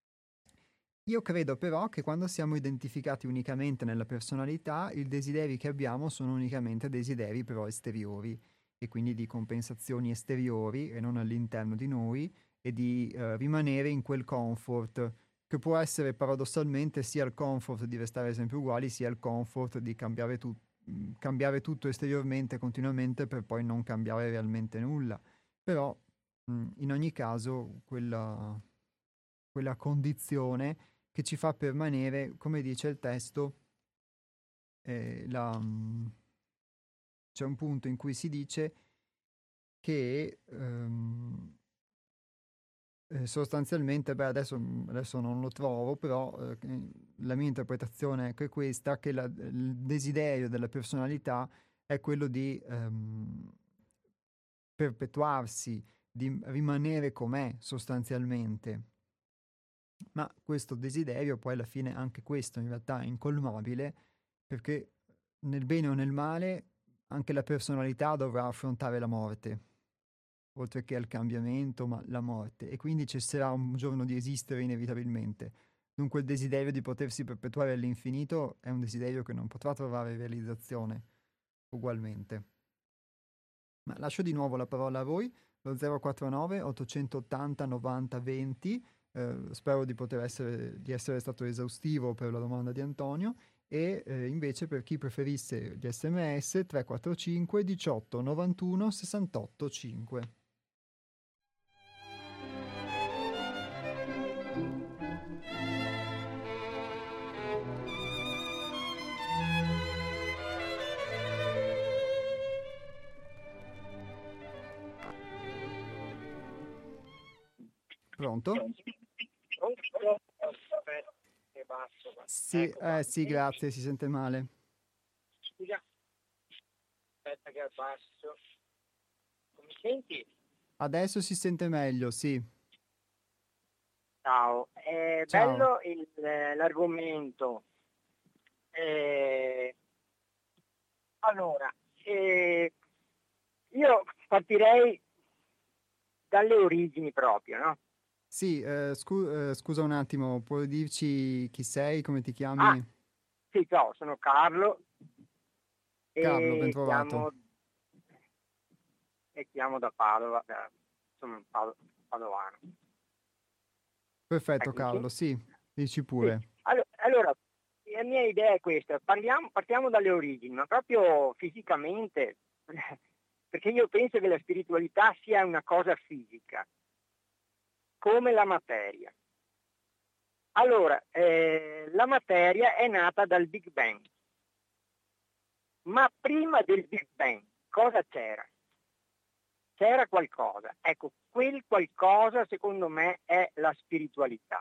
Io credo però che quando siamo identificati unicamente nella personalità, i desideri che abbiamo sono unicamente desideri però esteriori e quindi di compensazioni esteriori e non all'interno di noi e di eh, rimanere in quel comfort che può essere paradossalmente sia il comfort di restare sempre uguali, sia il comfort di cambiare, tu- mh, cambiare tutto esteriormente continuamente per poi non cambiare realmente nulla. Però mh, in ogni caso quella, quella condizione che ci fa permanere, come dice il testo, eh, la, mm, c'è un punto in cui si dice che ehm, eh, sostanzialmente, beh, adesso, mm, adesso non lo trovo, però eh, che- la mia interpretazione è che questa, che la- il desiderio della personalità è quello di ehm, perpetuarsi, di rimanere com'è sostanzialmente. Ma questo desiderio poi alla fine anche questo in realtà è incolmabile perché nel bene o nel male anche la personalità dovrà affrontare la morte, oltre che al cambiamento, ma la morte, e quindi cesserà un giorno di esistere inevitabilmente. Dunque il desiderio di potersi perpetuare all'infinito è un desiderio che non potrà trovare realizzazione ugualmente. Ma lascio di nuovo la parola a voi, lo zero quattro nove ottocentottanta novanta venti. Eh, spero di poter essere, di essere stato esaustivo per la domanda di Antonio. E eh, invece per chi preferisse gli sms tre quattro cinque diciotto novantuno sessantotto cinque. Pronto? Pronto? Aspetta, che basso. Sì, Ecco qua. eh, sì, grazie, si sente male. Scusa, aspetta che abbasso. Mi senti? Adesso si sente meglio, sì. Ciao, è Ciao. bello il- l'argomento. Eh, allora, eh, io partirei dalle origini proprio, no? Sì, eh, scu- eh, scusa un attimo, puoi dirci chi sei, come ti Ah, chiami? sì, ciao, sono Carlo Carlo, ben e trovato. chiamo, e chiamo da Padova, da- sono un pado- padovano. Perfetto, Eccoci. Carlo, sì, dici Sì, pure. allo- allora, la mia idea è questa, parliamo, partiamo dalle origini, ma proprio fisicamente, perché io penso che la spiritualità sia una cosa fisica, come la materia. Allora, eh, la materia è nata dal Big Bang, ma prima del Big Bang cosa c'era? c'era qualcosa. Ecco, quel qualcosa secondo me è la spiritualità.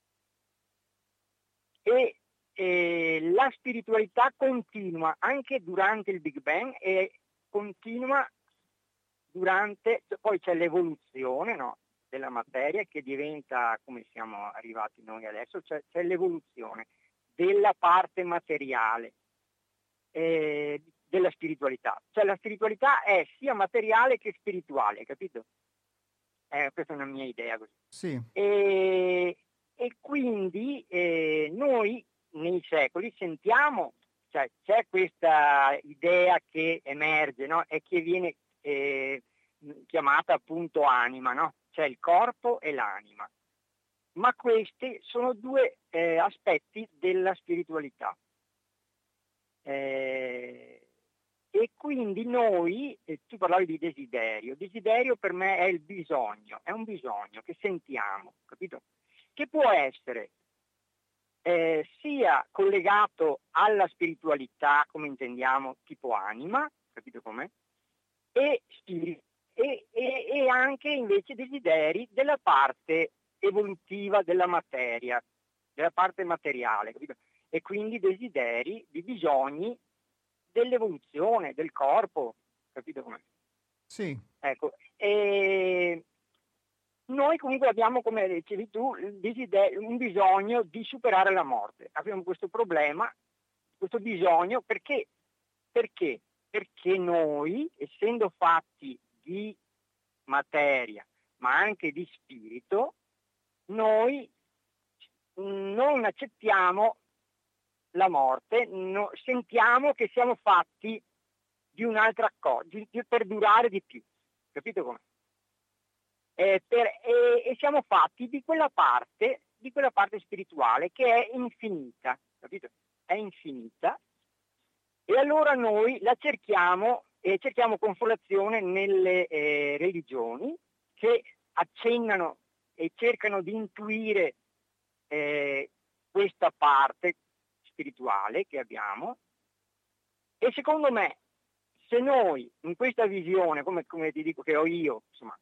E eh, la spiritualità continua anche durante il Big Bang e continua durante, poi c'è l'evoluzione, no, della materia che diventa come siamo arrivati noi adesso, c'è, c'è l'evoluzione della parte materiale eh, della spiritualità. Cioè la spiritualità è sia materiale che spirituale, capito? Eh, questa è una mia idea così. Sì. E, e quindi eh, noi nei secoli sentiamo, cioè c'è questa idea che emerge, no? E che viene eh, chiamata appunto anima, no? Cioè il corpo e l'anima. Ma questi sono due eh, aspetti della spiritualità. Eh, e quindi noi, eh, tu parlavi di desiderio, desiderio per me è il bisogno, è un bisogno che sentiamo, capito? Che può essere eh, sia collegato alla spiritualità, come intendiamo, tipo anima, capito com'è? E, spirito, e, e, e anche invece desideri della parte evolutiva della materia, della parte materiale, capito? E quindi desideri di bisogni dell'evoluzione del corpo, capito com'è? Sì. Ecco, e noi comunque abbiamo, come dicevi tu, un bisogno di superare la morte. Abbiamo questo problema, questo bisogno, perché? Perché? Perché noi, essendo fatti di materia, ma anche di spirito, noi non accettiamo la morte, no, sentiamo che siamo fatti di un'altra cosa, di, di, per durare di più, capito come? Eh, per, e, e siamo fatti di quella parte, di quella parte spirituale che è infinita, capito? È infinita, e allora noi la cerchiamo e cerchiamo consolazione nelle eh, religioni che accennano e cercano di intuire eh, questa parte spirituale che abbiamo. E secondo me, se noi in questa visione, come, come ti dico che ho io, insomma,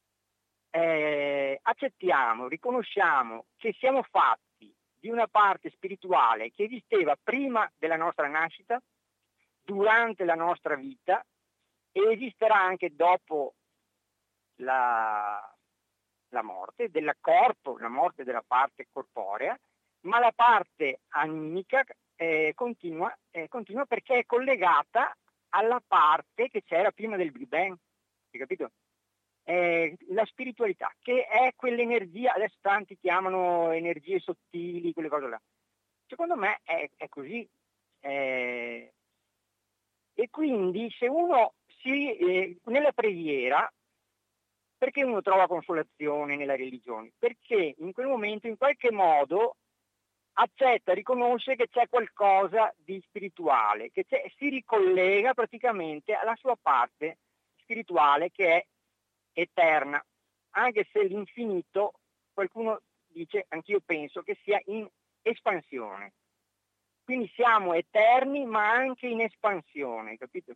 eh, accettiamo, riconosciamo che siamo fatti di una parte spirituale che esisteva prima della nostra nascita, durante la nostra vita, e esisterà anche dopo la, la morte del corpo, la morte della parte corporea, ma la parte animica eh, continua, eh, continua perché è collegata alla parte che c'era prima del Big Bang, hai capito? Eh, la spiritualità, che è quell'energia, adesso tanti chiamano energie sottili, quelle cose là. Secondo me è, è così. Eh, e quindi se uno si, eh, nella preghiera, perché uno trova consolazione nella religione? Perché in quel momento in qualche modo accetta, riconosce che c'è qualcosa di spirituale, che si ricollega praticamente alla sua parte spirituale che è eterna, anche se l'infinito, qualcuno dice, anch'io penso, che sia in espansione. Quindi siamo eterni ma anche in espansione, capito?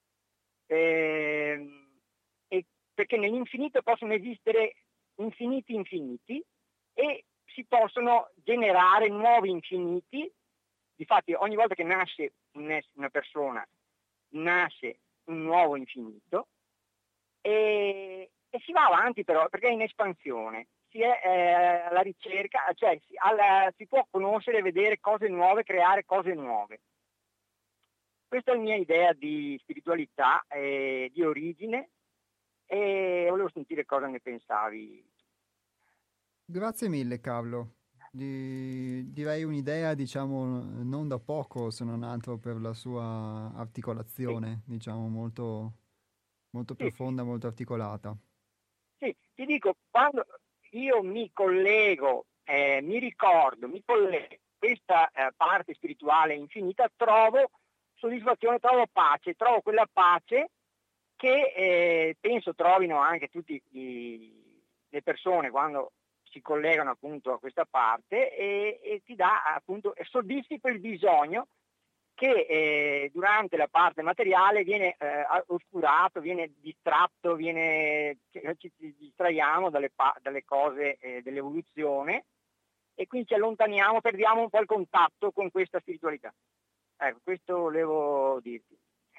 Eh, e perché nell'infinito possono esistere infiniti infiniti e si possono generare nuovi infiniti. Difatti ogni volta che nasce una persona nasce un nuovo infinito e, e si va avanti però perché è in espansione, si è eh, alla ricerca, cioè si, alla, si può conoscere, vedere cose nuove, creare cose nuove. Questa è la mia idea di spiritualità, eh, di origine, e volevo sentire cosa ne pensavi. Grazie mille, Carlo. Di, direi un'idea, diciamo, non da poco, se non altro per la sua articolazione, sì. diciamo, molto, molto sì. profonda, molto articolata. Sì, ti dico, quando io mi collego, eh, mi ricordo, mi collego questa eh, parte spirituale infinita, trovo soddisfazione, trovo pace, trovo quella pace che eh, penso trovino anche tutte le persone quando si collegano appunto a questa parte e, e ti dà appunto, e soddisfi quel bisogno che eh, durante la parte materiale viene eh, oscurato, viene distratto, viene, ci, ci distraiamo dalle, pa- dalle cose eh, dell'evoluzione e quindi ci allontaniamo, perdiamo un po' il contatto con questa spiritualità. Ecco, questo volevo dirti.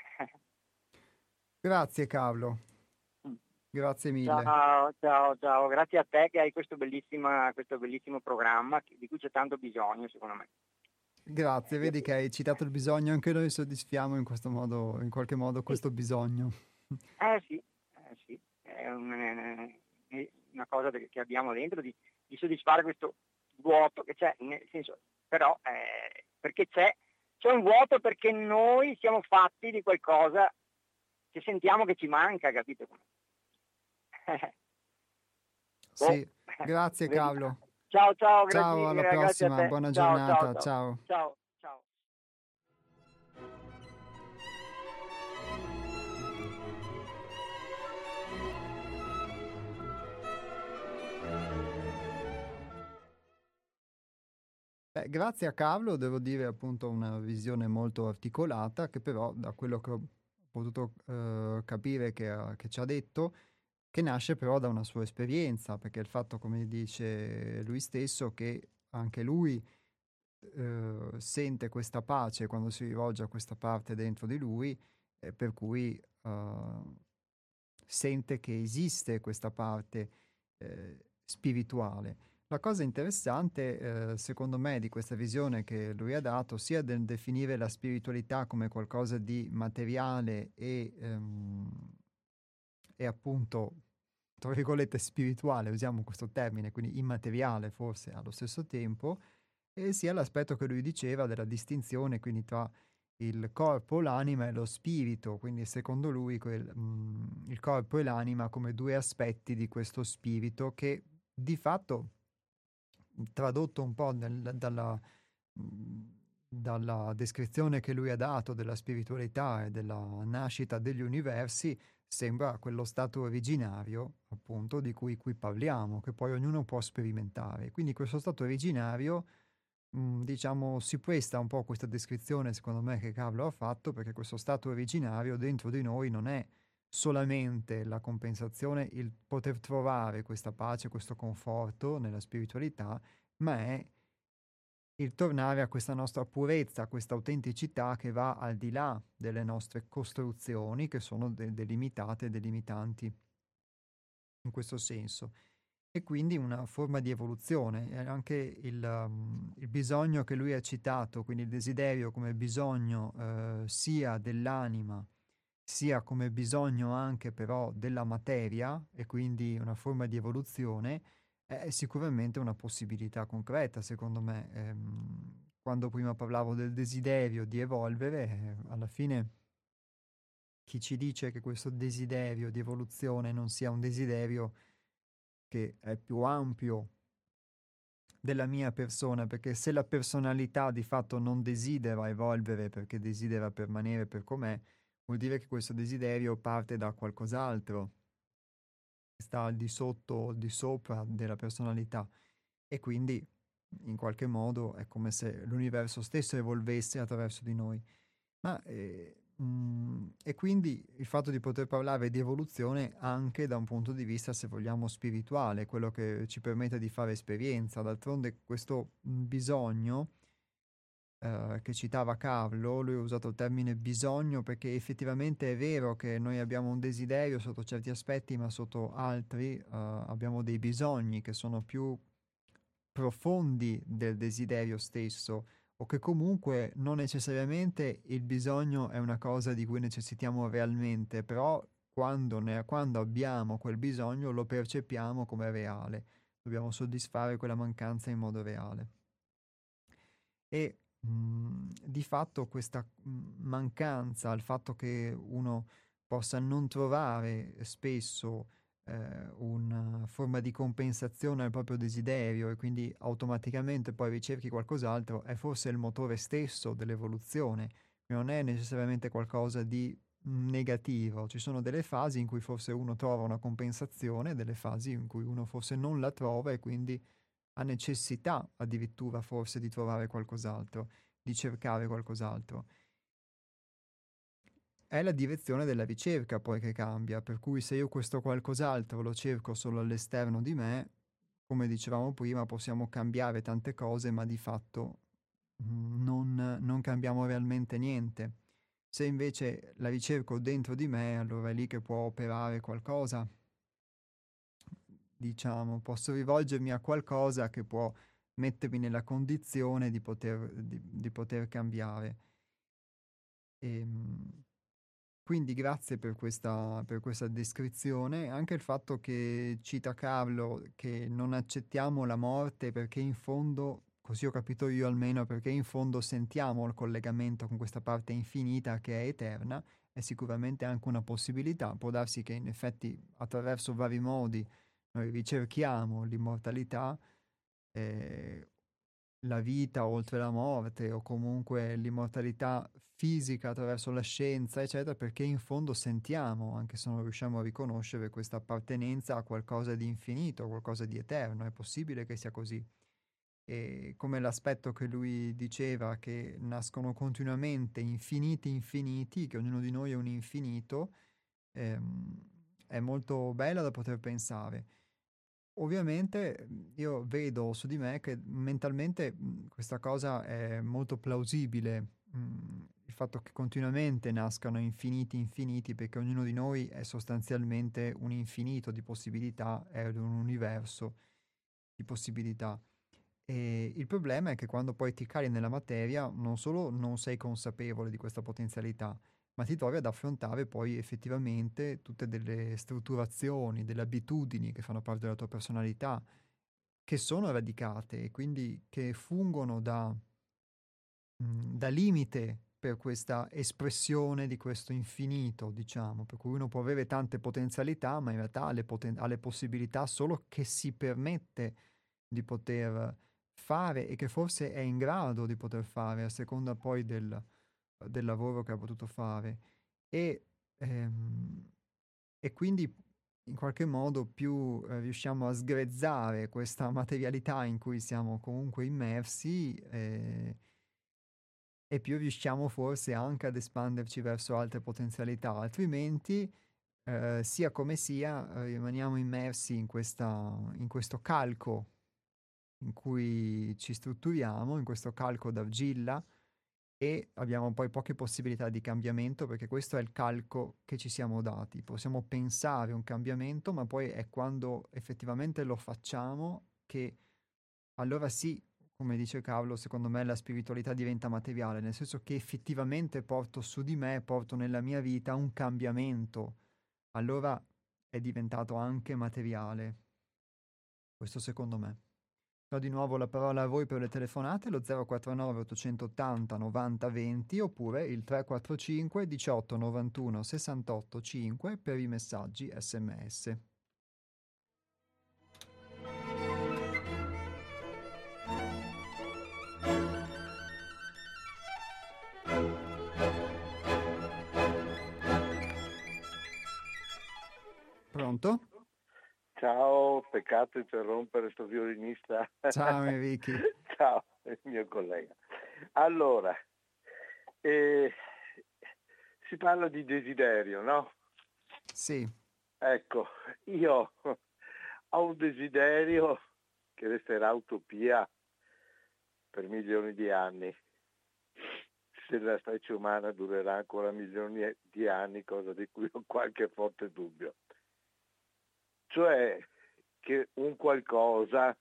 Grazie Carlo, grazie mille. Ciao, ciao, ciao, grazie a te che hai questo, bellissima, questo bellissimo programma di cui c'è tanto bisogno secondo me. Grazie, vedi che hai citato il bisogno, anche noi soddisfiamo in questo modo, in qualche modo questo bisogno. Eh sì, eh sì, è un, è una cosa che abbiamo dentro di, di soddisfare questo vuoto che c'è, nel senso, però eh, perché c'è, c'è un vuoto perché noi siamo fatti di qualcosa che sentiamo che ci manca, capito? Sì, grazie Vedi? Carlo. Ciao, ciao, grazie, Ciao, alla grazie a prossima, te. buona Ciao, giornata, ciao, ciao. ciao. Ciao, ciao. Beh, grazie a Carlo, devo dire appunto una visione molto articolata che però da quello che ho potuto eh, capire che, ha- che ci ha detto, che nasce però da una sua esperienza, perché il fatto, come dice lui stesso, che anche lui eh, sente questa pace quando si rivolge a questa parte dentro di lui, eh, per cui eh, sente che esiste questa parte eh, spirituale. La cosa interessante, eh, secondo me, di questa visione che lui ha dato, sia del definire la spiritualità come qualcosa di materiale e, ehm, e appunto, tra virgolette, spirituale, usiamo questo termine, quindi immateriale forse allo stesso tempo, e sia l'aspetto che lui diceva della distinzione quindi tra il corpo, l'anima e lo spirito, quindi secondo lui quel, mm, il corpo e l'anima come due aspetti di questo spirito che di fatto, tradotto un po' nel- dalla, mm, dalla descrizione che lui ha dato della spiritualità e della nascita degli universi, sembra quello stato originario, appunto, di cui qui parliamo, che poi ognuno può sperimentare. Quindi questo stato originario, mh, diciamo, si presta un po' a questa descrizione, secondo me, che Carlo ha fatto, perché questo stato originario dentro di noi non è solamente la compensazione, il poter trovare questa pace, questo conforto nella spiritualità, ma è il tornare a questa nostra purezza, a questa autenticità che va al di là delle nostre costruzioni, che sono de- delimitate e delimitanti in questo senso. E quindi una forma di evoluzione. E anche il, um, il bisogno che lui ha citato, quindi il desiderio come bisogno eh, sia dell'anima, sia come bisogno anche però della materia, e quindi una forma di evoluzione, è sicuramente una possibilità concreta, secondo me. Ehm, quando prima parlavo del desiderio di evolvere, eh, alla fine chi ci dice che questo desiderio di evoluzione non sia un desiderio che è più ampio della mia persona, perché se la personalità di fatto non desidera evolvere perché desidera permanere per com'è, vuol dire che questo desiderio parte da qualcos'altro, che sta al di sotto o al di sopra della personalità, e quindi in qualche modo è come se l'universo stesso evolvesse attraverso di noi. Ma, eh, mm, e quindi il fatto di poter parlare di evoluzione anche da un punto di vista, se vogliamo, spirituale, quello che ci permette di fare esperienza. D'altronde questo mm, bisogno eh, che citava Carlo, lui ha usato il termine bisogno perché effettivamente è vero che noi abbiamo un desiderio sotto certi aspetti, ma sotto altri eh, abbiamo dei bisogni che sono più profondi del desiderio stesso, o che comunque non necessariamente il bisogno è una cosa di cui necessitiamo realmente, però quando, ne- quando abbiamo quel bisogno lo percepiamo come reale, dobbiamo soddisfare quella mancanza in modo reale. E mh, di fatto questa mh, mancanza, il fatto che uno possa non trovare spesso eh, una forma di compensazione al proprio desiderio e quindi automaticamente poi ricerchi qualcos'altro, è forse il motore stesso dell'evoluzione, non è necessariamente qualcosa di negativo. Ci sono delle fasi in cui forse uno trova una compensazione, delle fasi in cui uno forse non la trova e quindi ha necessità addirittura forse di trovare qualcos'altro, di cercare qualcos'altro. è la direzione della ricerca poi che cambia, per cui se io questo qualcos'altro lo cerco solo all'esterno di me, come dicevamo prima, possiamo cambiare tante cose, ma di fatto mm, non, non cambiamo realmente niente. Se invece la ricerco dentro di me, allora è lì che può operare qualcosa, diciamo, posso rivolgermi a qualcosa che può mettermi nella condizione di poter, di, di poter cambiare. Ehm, quindi grazie per questa, per questa descrizione, anche il fatto che cita Carlo che non accettiamo la morte perché in fondo, così ho capito io almeno, perché in fondo sentiamo il collegamento con questa parte infinita che è eterna, è sicuramente anche una possibilità. Può darsi che in effetti attraverso vari modi noi ricerchiamo l'immortalità, eh, la vita oltre la morte o comunque l'immortalità fisica attraverso la scienza, eccetera, perché in fondo sentiamo, anche se non riusciamo a riconoscere, questa appartenenza a qualcosa di infinito, a qualcosa di eterno. È possibile che sia così. E come l'aspetto che lui diceva, che nascono continuamente infiniti infiniti, che ognuno di noi è un infinito, ehm, è molto bello da poter pensare. Ovviamente mhmm, io vedo su di me che mentalmente mhmm, questa cosa è molto plausibile, mhmm, il fatto che continuamente nascano infiniti infiniti, perché ognuno di noi è sostanzialmente un infinito di possibilità, è un universo di possibilità. E il problema è che quando poi ti cali nella materia, non solo non sei consapevole di questa potenzialità, ma ti trovi ad affrontare poi effettivamente tutte delle strutturazioni, delle abitudini che fanno parte della tua personalità, che sono radicate e quindi che fungono da, mh, da limite per questa espressione di questo infinito, diciamo, per cui uno può avere tante potenzialità, ma in realtà ha le, poten- ha le possibilità solo che si permette di poter fare e che forse è in grado di poter fare a seconda poi del, del lavoro che ha potuto fare. E, ehm, e quindi in qualche modo più eh, riusciamo a sgrezzare questa materialità in cui siamo comunque immersi eh, e più riusciamo forse anche ad espanderci verso altre potenzialità, altrimenti eh, sia come sia eh, rimaniamo immersi in questa, in questo calco in cui ci strutturiamo, in questo calco d'argilla e abbiamo poi poche possibilità di cambiamento perché questo è il calco che ci siamo dati. Possiamo pensare un cambiamento, ma poi è quando effettivamente lo facciamo che allora sì, come dice Carlo, secondo me la spiritualità diventa materiale, nel senso che effettivamente porto su di me, porto nella mia vita un cambiamento. Allora è diventato anche materiale. Questo secondo me. Do di nuovo la parola a voi per le telefonate, lo zero quattro nove ottocentottanta novanta venti oppure il tre quattro cinque diciotto novantuno sessantotto cinque per i messaggi sms. Pronto? Ciao, peccato interrompere sto violinista. Ciao Enrico. Ciao, il mio collega. Allora, eh, si parla di desiderio, no? Sì. Ecco, io ho un desiderio che resterà utopia per milioni di anni. Se la specie umana durerà ancora milioni di anni, cosa di cui ho qualche forte dubbio. Cioè che un qualcosa,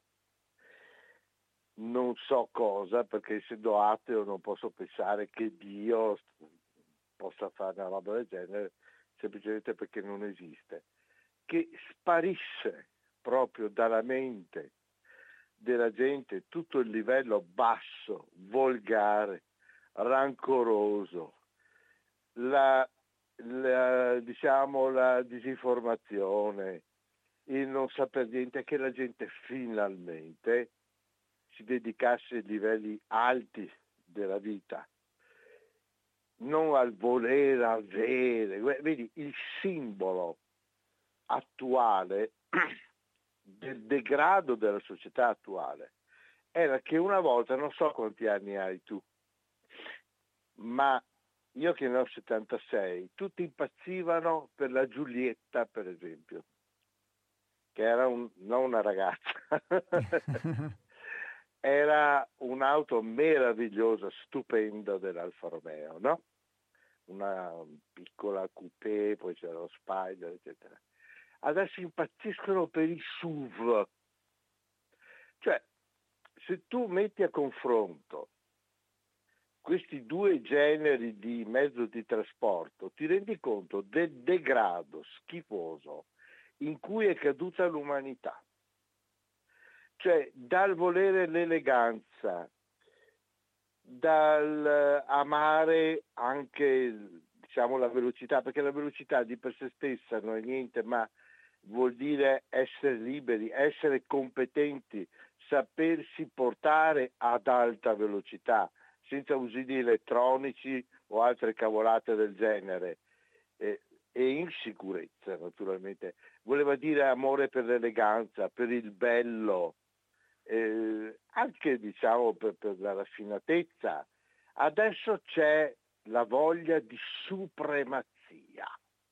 non so cosa, perché essendo ateo non posso pensare che Dio possa fare una roba del genere, semplicemente perché non esiste, che sparisse proprio dalla mente della gente tutto il livello basso, volgare, rancoroso, la, la diciamo la disinformazione, il non saper niente, che la gente finalmente si dedicasse ai livelli alti della vita, non al voler avere. Vedi, il simbolo attuale del degrado della società attuale era che una volta, non so quanti anni hai tu, ma io che ne ho settantasei, tutti impazzivano per la Giulietta, per esempio, che era un, non una ragazza, era un'auto meravigliosa, stupenda dell'Alfa Romeo, no? Una piccola coupé, poi c'era lo Spider, eccetera. Adesso impazziscono per i S U V. Cioè, se tu metti a confronto questi due generi di mezzo di trasporto, ti rendi conto del degrado schifoso in cui è caduta l'umanità. Cioè, dal volere l'eleganza, dal amare anche, diciamo, la velocità, perché la velocità di per sé stessa non è niente, ma vuol dire essere liberi, essere competenti, sapersi portare ad alta velocità, senza usi elettronici o altre cavolate del genere, eh, e in sicurezza naturalmente. Voleva dire amore per l'eleganza, per il bello, eh, anche diciamo per, per la raffinatezza. Adesso c'è la voglia di supremazia.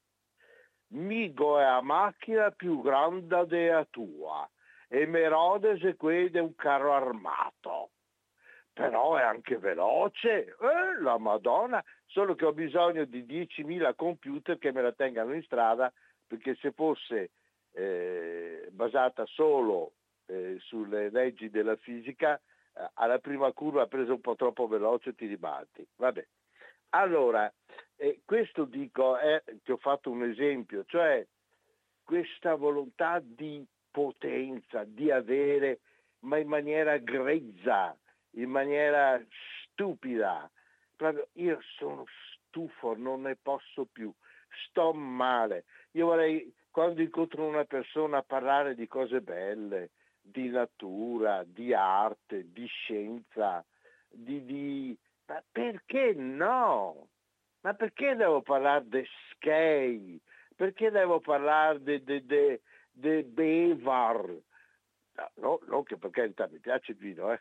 Migo è a macchina più grande della tua e Merodes è quello un carro armato, però è anche veloce, eh, la Madonna, solo che ho bisogno di diecimila computer che me la tengano in strada, perché se fosse eh, basata solo eh, sulle leggi della fisica, eh, alla prima curva presa un po' troppo veloce ti ribalti. Vabbè. Allora, eh, questo dico, è, ti ho fatto un esempio, cioè questa volontà di potenza, di avere, ma in maniera grezza, in maniera stupida. Proprio io sono stufo, non ne posso più, sto male. Io vorrei, quando incontro una persona, parlare di cose belle, di natura, di arte, di scienza, di... di... Ma perché no? Ma perché devo parlare di skei? Perché devo parlare di de, de, de bevar? No, non che per carità mi piace il vino, eh?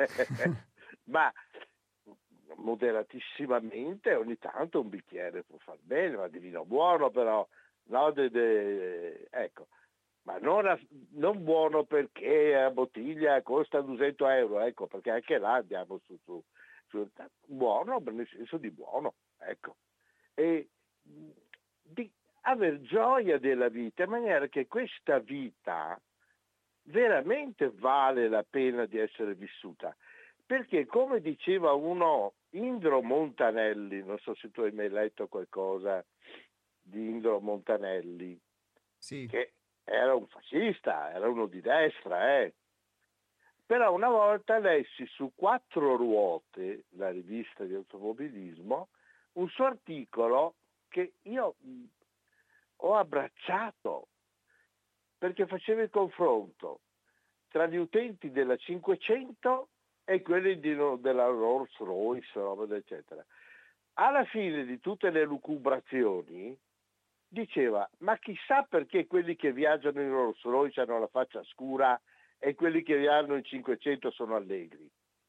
Ma moderatissimamente ogni tanto un bicchiere può far bene, ma di vino buono però, no? De, de, ecco. Ma non, a, non buono perché la bottiglia costa duecento euro, ecco, perché anche là andiamo su, su, su buono, nel senso di buono, ecco. E di aver gioia della vita, in maniera che questa vita veramente vale la pena di essere vissuta. Perché, come diceva uno, Indro Montanelli, non so se tu hai mai letto qualcosa di Indro Montanelli, sì. che era un fascista, era uno di destra, eh. Però una volta lessi su Quattro Ruote, la rivista di automobilismo, un suo articolo che io ho abbracciato, perché faceva il confronto tra gli utenti della cinquecento e quelli di, della Rolls Royce, roba eccetera. Alla fine di tutte le lucubrazioni diceva, ma chissà perché quelli che viaggiano in Rolls Royce hanno la faccia scura e quelli che viaggiano in cinquecento sono allegri.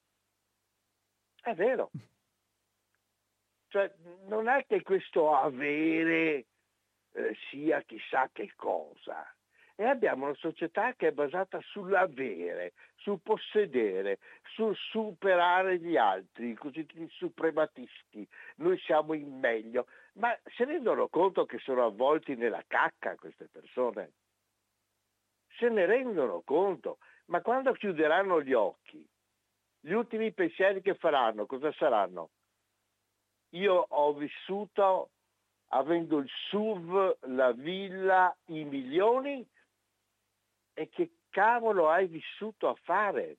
È vero. Cioè, non è che questo avere eh, sia chissà che cosa. E abbiamo una società che è basata sull'avere, sul possedere, sul superare gli altri, i cosiddetti suprematisti. Noi siamo in meglio. Ma si rendono conto che sono avvolti nella cacca queste persone? Se ne rendono conto? Ma quando chiuderanno gli occhi, gli ultimi pensieri che faranno, cosa saranno? Io ho vissuto avendo il S U V, la villa, i milioni, e che cavolo hai vissuto a fare?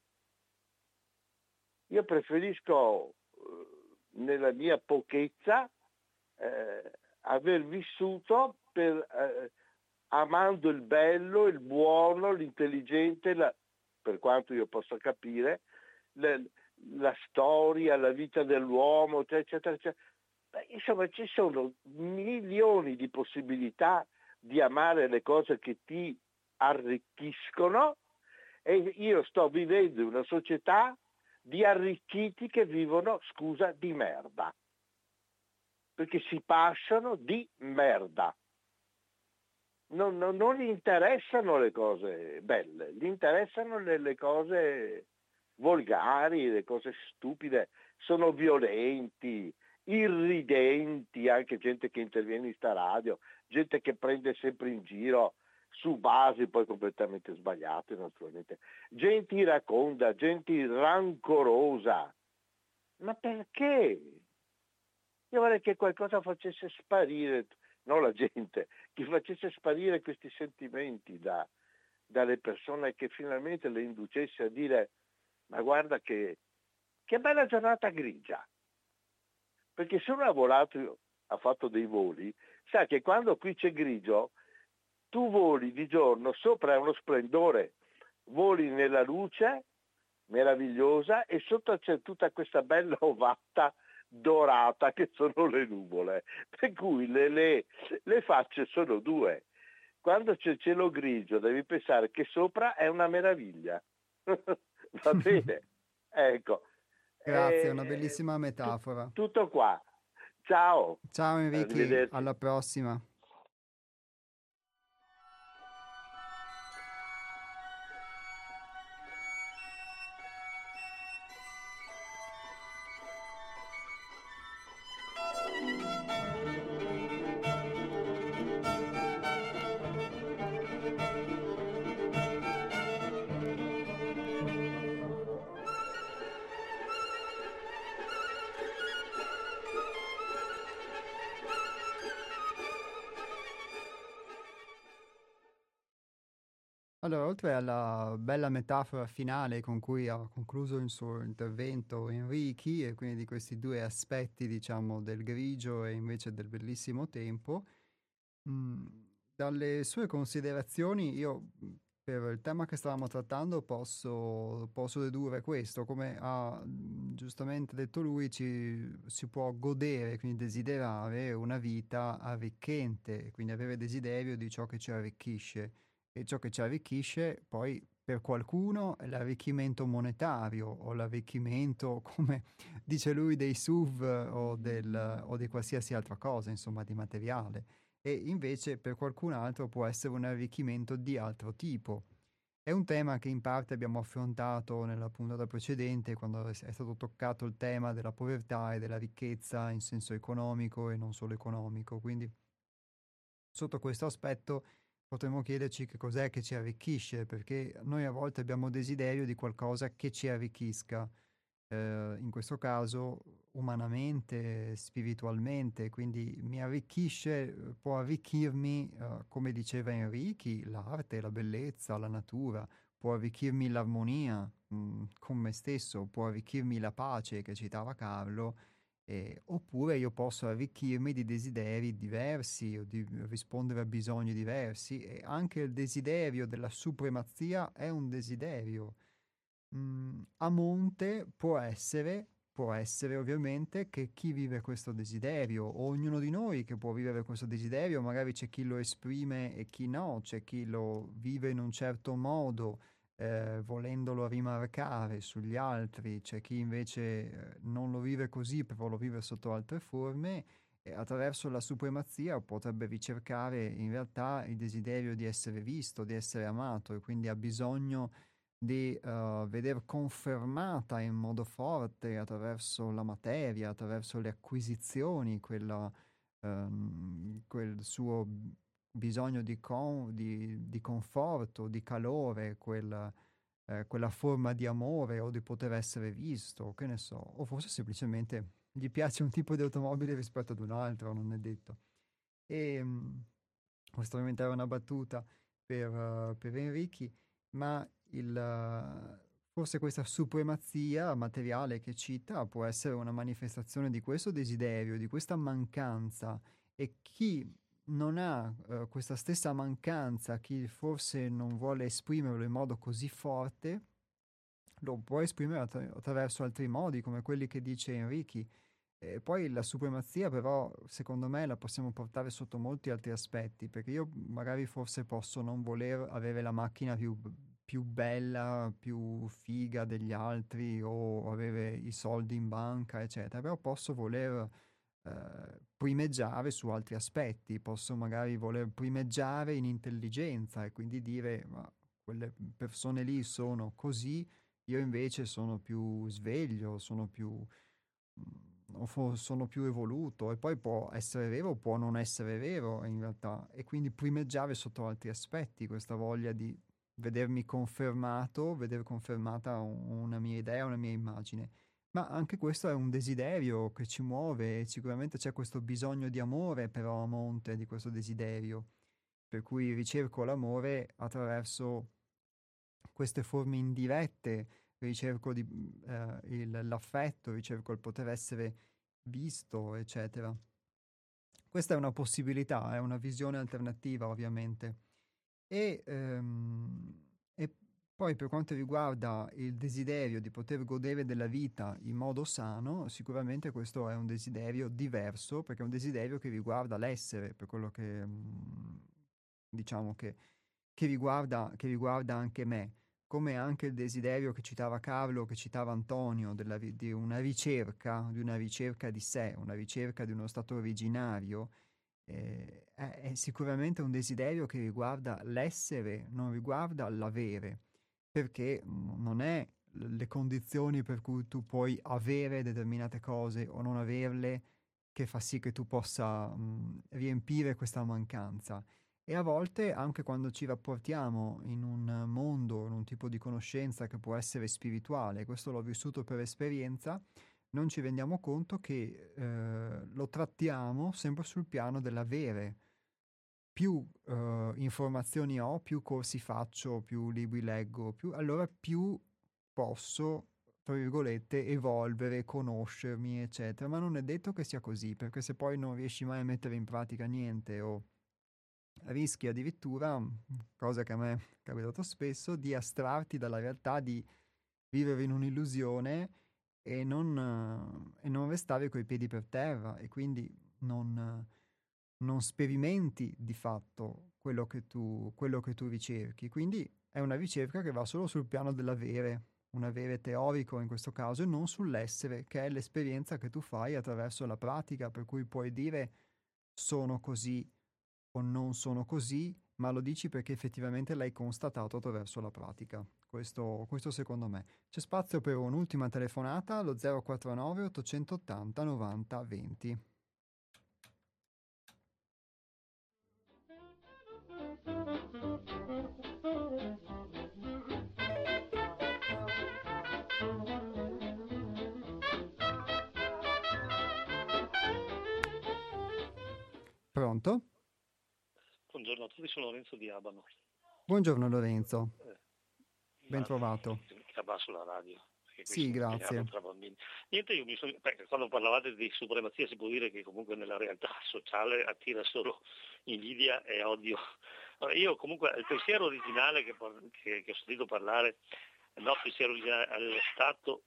Io preferisco, nella mia pochezza, eh, aver vissuto per, eh, amando il bello, il buono, l'intelligente, la, per quanto io possa capire, la, la storia, la vita dell'uomo, eccetera, eccetera. Beh, insomma, ci sono milioni di possibilità di amare le cose che ti arricchiscono, e io sto vivendo in una società di arricchiti che vivono, scusa, di merda. perché si passano di merda. Non, non, non gli interessano le cose belle, gli interessano le, le cose volgari, le cose stupide, sono violenti, irridenti, anche gente che interviene in sta radio, gente che prende sempre in giro su basi poi completamente sbagliate, naturalmente, gente iraconda, gente rancorosa. Ma perché? Io vorrei che qualcosa facesse sparire, non la gente, che facesse sparire questi sentimenti da, dalle persone, che finalmente le inducesse a dire: ma guarda che, che bella giornata grigia. Perché se uno ha volato, ha fatto dei voli, sa che quando qui c'è grigio, tu voli di giorno, sopra è uno splendore, voli nella luce meravigliosa e sotto c'è tutta questa bella ovata dorata che sono le nuvole, per cui le, le, le facce sono due. Quando c'è cielo grigio devi pensare che sopra è una meraviglia. Va bene? Ecco. Grazie, è una Eh, bellissima tu, metafora. tutto qua. Ciao. Ciao Enrico, Arrivederci. alla prossima. Allora, oltre alla bella metafora finale con cui ha concluso il suo intervento Enrichi, e quindi di questi due aspetti, diciamo, del grigio e invece del bellissimo tempo, mh, dalle sue considerazioni io, mh, per il tema che stavamo trattando, posso, posso dedurre questo: come ha mh, giustamente detto lui, ci, si può godere, quindi desiderare una vita arricchente, quindi avere desiderio di ciò che ci arricchisce. E ciò che ci arricchisce poi per qualcuno è l'arricchimento monetario o l'arricchimento, come dice lui, dei S U V o, del, o di qualsiasi altra cosa, insomma, di materiale. E invece per qualcun altro può essere un arricchimento di altro tipo. È un tema che in parte abbiamo affrontato nella puntata precedente, quando è stato toccato il tema della povertà e della ricchezza in senso economico e non solo economico. Quindi sotto questo aspetto potremmo chiederci che cos'è che ci arricchisce, perché noi a volte abbiamo desiderio di qualcosa che ci arricchisca, eh, in questo caso umanamente, spiritualmente, quindi mi arricchisce, eh, può arricchirmi, eh, come diceva Enrichi, l'arte, la bellezza, la natura, può arricchirmi l'armonia, mh, con me stesso, può arricchirmi la pace che citava Carlo. Eh, oppure io posso arricchirmi di desideri diversi o di rispondere a bisogni diversi, e anche il desiderio della supremazia è un desiderio. Mm, a monte può essere, può essere ovviamente che chi vive questo desiderio, o ognuno di noi che può vivere questo desiderio, magari c'è chi lo esprime e chi no, c'è chi lo vive in un certo modo, eh, volendolo rimarcare sugli altri, c'è chi invece eh, non lo vive così, però lo vive sotto altre forme, e attraverso la supremazia potrebbe ricercare in realtà il desiderio di essere visto, di essere amato, e quindi ha bisogno di uh, veder confermata in modo forte attraverso la materia, attraverso le acquisizioni, quella, ehm, quel suo bisogno di, con- di- di conforto, di calore, quella, eh, quella forma di amore o di poter essere visto, che ne so, o forse semplicemente gli piace un tipo di automobile rispetto ad un altro, non è detto. E mh, questa ovviamente era una battuta per, uh, per Enrichi, ma il, uh, forse questa supremazia materiale che cita può essere una manifestazione di questo desiderio, di questa mancanza, e chi non ha uh, questa stessa mancanza, chi forse non vuole esprimerlo in modo così forte, lo può esprimere attra- attraverso altri modi, come quelli che dice Enrichi. E poi la supremazia però, secondo me, la possiamo portare sotto molti altri aspetti, perché io magari forse posso non voler avere la macchina più, più bella, più figa degli altri, o avere i soldi in banca, eccetera, però posso voler eh, primeggiare su altri aspetti, posso magari voler primeggiare in intelligenza e quindi dire ma quelle persone lì sono così, io invece sono più sveglio, sono più, mm, o fo- sono più evoluto e poi può essere vero o può non essere vero in realtà e quindi primeggiare sotto altri aspetti questa voglia di vedermi confermato, veder confermata un- una mia idea, una mia immagine. Ma anche questo è un desiderio che ci muove e sicuramente c'è questo bisogno di amore però a monte di questo desiderio, per cui ricerco l'amore attraverso queste forme indirette, ricerco di, eh, il- l'affetto, ricerco il poter essere visto, eccetera. Questa è una possibilità, è una visione alternativa ovviamente. E, ehm, e poi per quanto riguarda il desiderio di poter godere della vita in modo sano, sicuramente questo è un desiderio diverso, perché è un desiderio che riguarda l'essere, per quello che mm, diciamo che, che riguarda, che riguarda anche me, come anche il desiderio che citava Carlo, che citava Antonio, della ri- di una ricerca, di una ricerca di sé, una ricerca di uno stato originario eh, è, è sicuramente un desiderio che riguarda l'essere, non riguarda l'avere, perché mm, non è l- le condizioni per cui tu puoi avere determinate cose o non averle che fa sì che tu possa mm, riempire questa mancanza. E a volte, anche quando ci rapportiamo in un mondo, in un tipo di conoscenza che può essere spirituale, questo l'ho vissuto per esperienza, non ci rendiamo conto che eh, lo trattiamo sempre sul piano dell'avere. Più eh, informazioni ho, più corsi faccio, più libri leggo, più, allora più posso, tra virgolette, evolvere, conoscermi, eccetera. Ma non è detto che sia così, perché se poi non riesci mai a mettere in pratica niente o rischi addirittura, mm, cosa che a me è capitato spesso, di astrarti dalla realtà, di vivere in un'illusione e non, eh, e non restare coi piedi per terra e quindi non, eh, non sperimenti di fatto quello che tu, quello che tu ricerchi. Quindi è una ricerca che va solo sul piano dell'avere, un avere teorico in questo caso, e non sull'essere, che è l'esperienza che tu fai attraverso la pratica, per cui puoi dire sono così o non sono così, ma lo dici perché effettivamente l'hai constatato attraverso la pratica. Questo, questo secondo me. C'è spazio per un'ultima telefonata allo zero quattro nove ottocentottanta novanta venti. Pronto? Buongiorno a tutti, sono Lorenzo di Abano. Buongiorno Lorenzo, Eh, ben ma trovato. che abbasso la radio, perché qui Sì, sono impegnato grazie. tra bambini. Niente, io mi sono, beh, quando parlavate di supremazia si può dire che comunque nella realtà sociale attira solo invidia e odio. Allora, io comunque il pensiero originale che, che, che ho sentito parlare, il nostro pensiero originale allo stato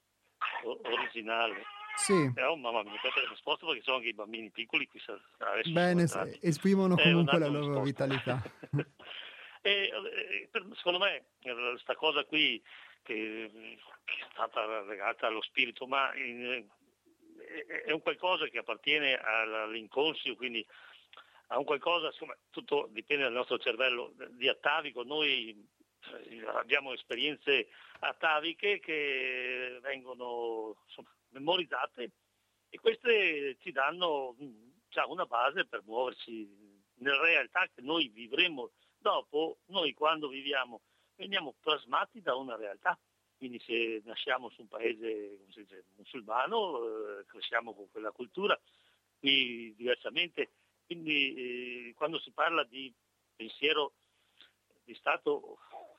originale. Sì, Eh, oh, mamma mia, aspetta che mi sposto perché sono anche i bambini piccoli, qui adesso siamo bene, entrati. s- esprimono Eh, un comunque la attimo mi loro sposto. vitalità. e, e, secondo me questa cosa qui che, che è stata legata allo spirito, ma in, è, è un qualcosa che appartiene all'inconscio, quindi a un qualcosa, insomma, tutto dipende dal nostro cervello di atavico. Noi abbiamo esperienze ataviche che vengono insomma, memorizzate e queste ci danno già una base per muoversi nella realtà che noi vivremo dopo. Noi quando viviamo veniamo plasmati da una realtà, quindi se nasciamo su un paese come si dice, musulmano eh, cresciamo con quella cultura, qui diversamente, quindi eh, quando si parla di pensiero di stato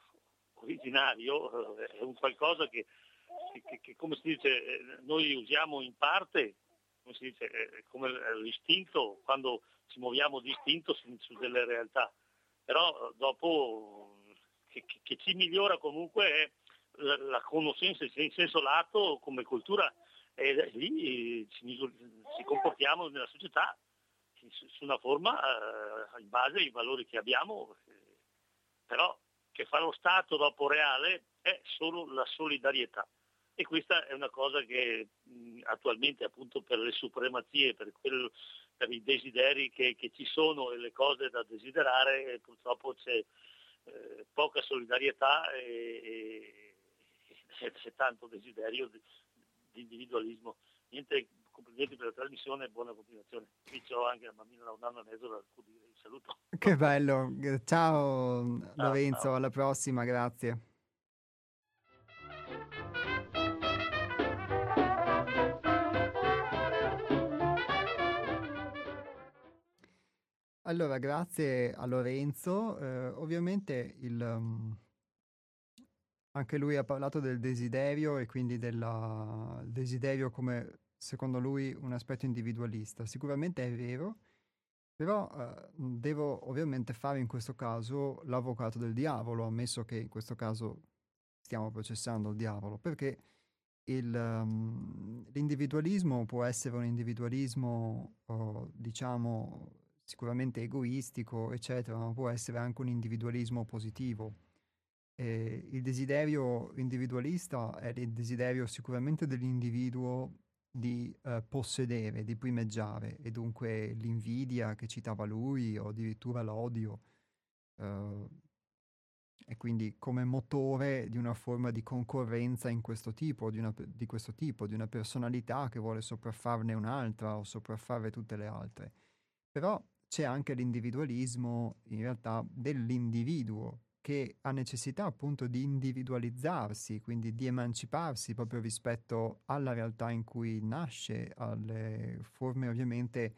originario eh, è un qualcosa che, che, che come si dice eh, noi usiamo in parte, come si dice, eh, come l'istinto, quando ci muoviamo di istinto su, su delle realtà, però eh, dopo che, che, che ci migliora comunque è la, la conoscenza in senso lato come cultura e lì ci, ci comportiamo nella società su una forma eh, in base ai valori che abbiamo, eh, però che fa lo Stato dopo reale è solo la solidarietà. E questa è una cosa che mh, attualmente, appunto, per le supremazie, per, quel, per i desideri che, che ci sono e le cose da desiderare, purtroppo c'è eh, poca solidarietà e, e c'è, c'è tanto desiderio di, di individualismo. Niente, complimenti per la trasmissione e buona continuazione. Qui c'ho anche la bambina da un anno e mezzo da accudire, vi saluto. Che bello, ciao Ciao, Lorenzo, ciao. alla prossima, grazie. Allora, grazie a Lorenzo. Eh, ovviamente il, um, anche lui ha parlato del desiderio e quindi del desiderio come, secondo lui, un aspetto individualista. Sicuramente è vero, però eh, devo ovviamente fare in questo caso l'avvocato del diavolo, ammesso che in questo caso stiamo processando il diavolo, perché il, um, l'individualismo può essere un individualismo, oh, diciamo, sicuramente egoistico, eccetera, ma può essere anche un individualismo positivo. E il desiderio individualista è il desiderio sicuramente dell'individuo di eh, possedere, di primeggiare, e dunque l'invidia che citava lui, o addirittura l'odio, eh, e quindi come motore di una forma di concorrenza in questo tipo, di, una, di questo tipo, di una personalità che vuole sopraffarne un'altra o sopraffare tutte le altre. Però c'è anche l'individualismo, in realtà, dell'individuo, che ha necessità appunto di individualizzarsi, quindi di emanciparsi proprio rispetto alla realtà in cui nasce, alle forme ovviamente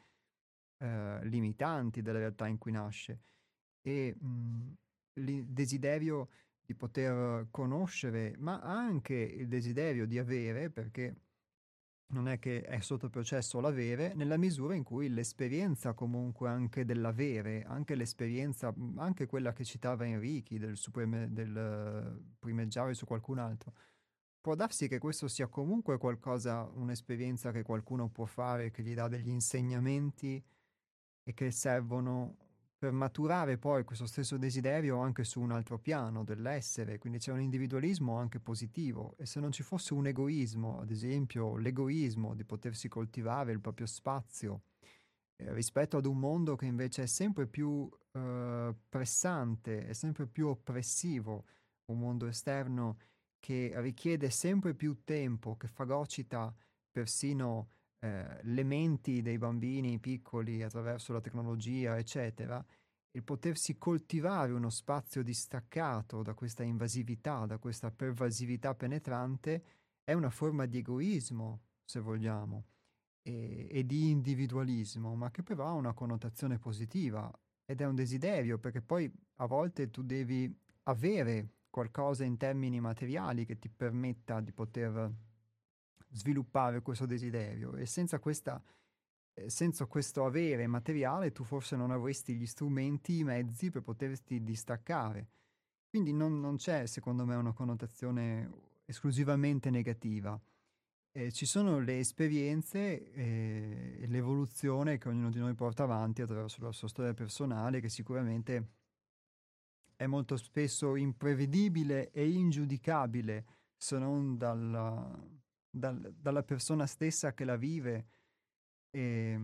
eh, limitanti della realtà in cui nasce. E mh, il desiderio di poter conoscere, ma anche il desiderio di avere, perché non è che è sotto processo l'avere, nella misura in cui l'esperienza comunque anche dell'avere, anche l'esperienza, mh, anche quella che citava Enrichi, del, supreme, del eh, primeggiare su qualcun altro, può darsi che questo sia comunque qualcosa, un'esperienza che qualcuno può fare, che gli dà degli insegnamenti e che servono per maturare poi questo stesso desiderio anche su un altro piano dell'essere, quindi c'è un individualismo anche positivo, e se non ci fosse un egoismo, ad esempio l'egoismo di potersi coltivare il proprio spazio eh, rispetto ad un mondo che invece è sempre più eh, pressante, è sempre più oppressivo, un mondo esterno che richiede sempre più tempo, che fagocita persino eh, le menti dei bambini piccoli attraverso la tecnologia, eccetera, il potersi coltivare uno spazio distaccato da questa invasività, da questa pervasività penetrante, è una forma di egoismo, se vogliamo, e, e di individualismo, ma che però ha una connotazione positiva ed è un desiderio, perché poi a volte tu devi avere qualcosa in termini materiali che ti permetta di poter sviluppare questo desiderio, e senza questa, eh, senza questo avere materiale tu forse non avresti gli strumenti, i mezzi per poterti distaccare. Quindi non, non c'è, secondo me, una connotazione esclusivamente negativa. Eh, ci sono le esperienze eh, e l'evoluzione che ognuno di noi porta avanti attraverso la sua storia personale, che sicuramente è molto spesso imprevedibile e ingiudicabile, se non dalla, dal- dalla persona stessa che la vive. E,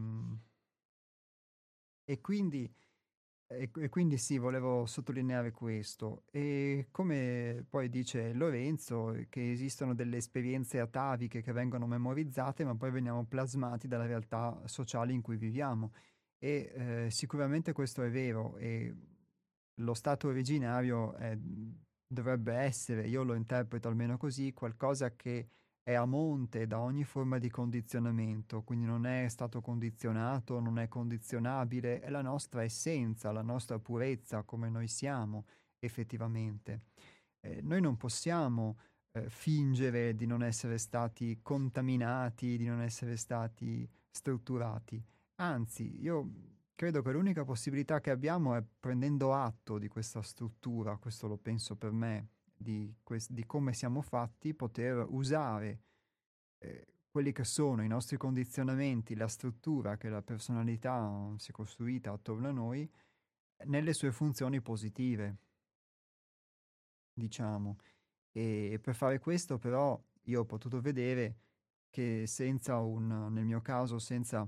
e quindi, e, e quindi sì, volevo sottolineare questo. E come poi dice Lorenzo, eh, che esistono delle esperienze ataviche che vengono memorizzate, ma poi veniamo plasmati dalla realtà sociale in cui viviamo. E eh, sicuramente questo è vero, e lo stato originario è- dovrebbe essere, io lo interpreto almeno così, qualcosa che è a monte da ogni forma di condizionamento, quindi non è stato condizionato, non è condizionabile, è la nostra essenza, la nostra purezza, come noi siamo effettivamente. Eh, noi non possiamo eh, fingere di non essere stati contaminati, di non essere stati strutturati. Anzi, io credo che l'unica possibilità che abbiamo è prendendo atto di questa struttura, questo lo penso per me, di, quest- di come siamo fatti, poter usare eh, quelli che sono i nostri condizionamenti, la struttura che la personalità si è costruita attorno a noi, nelle sue funzioni positive, diciamo. E per fare questo però io ho potuto vedere che senza un, nel mio caso, senza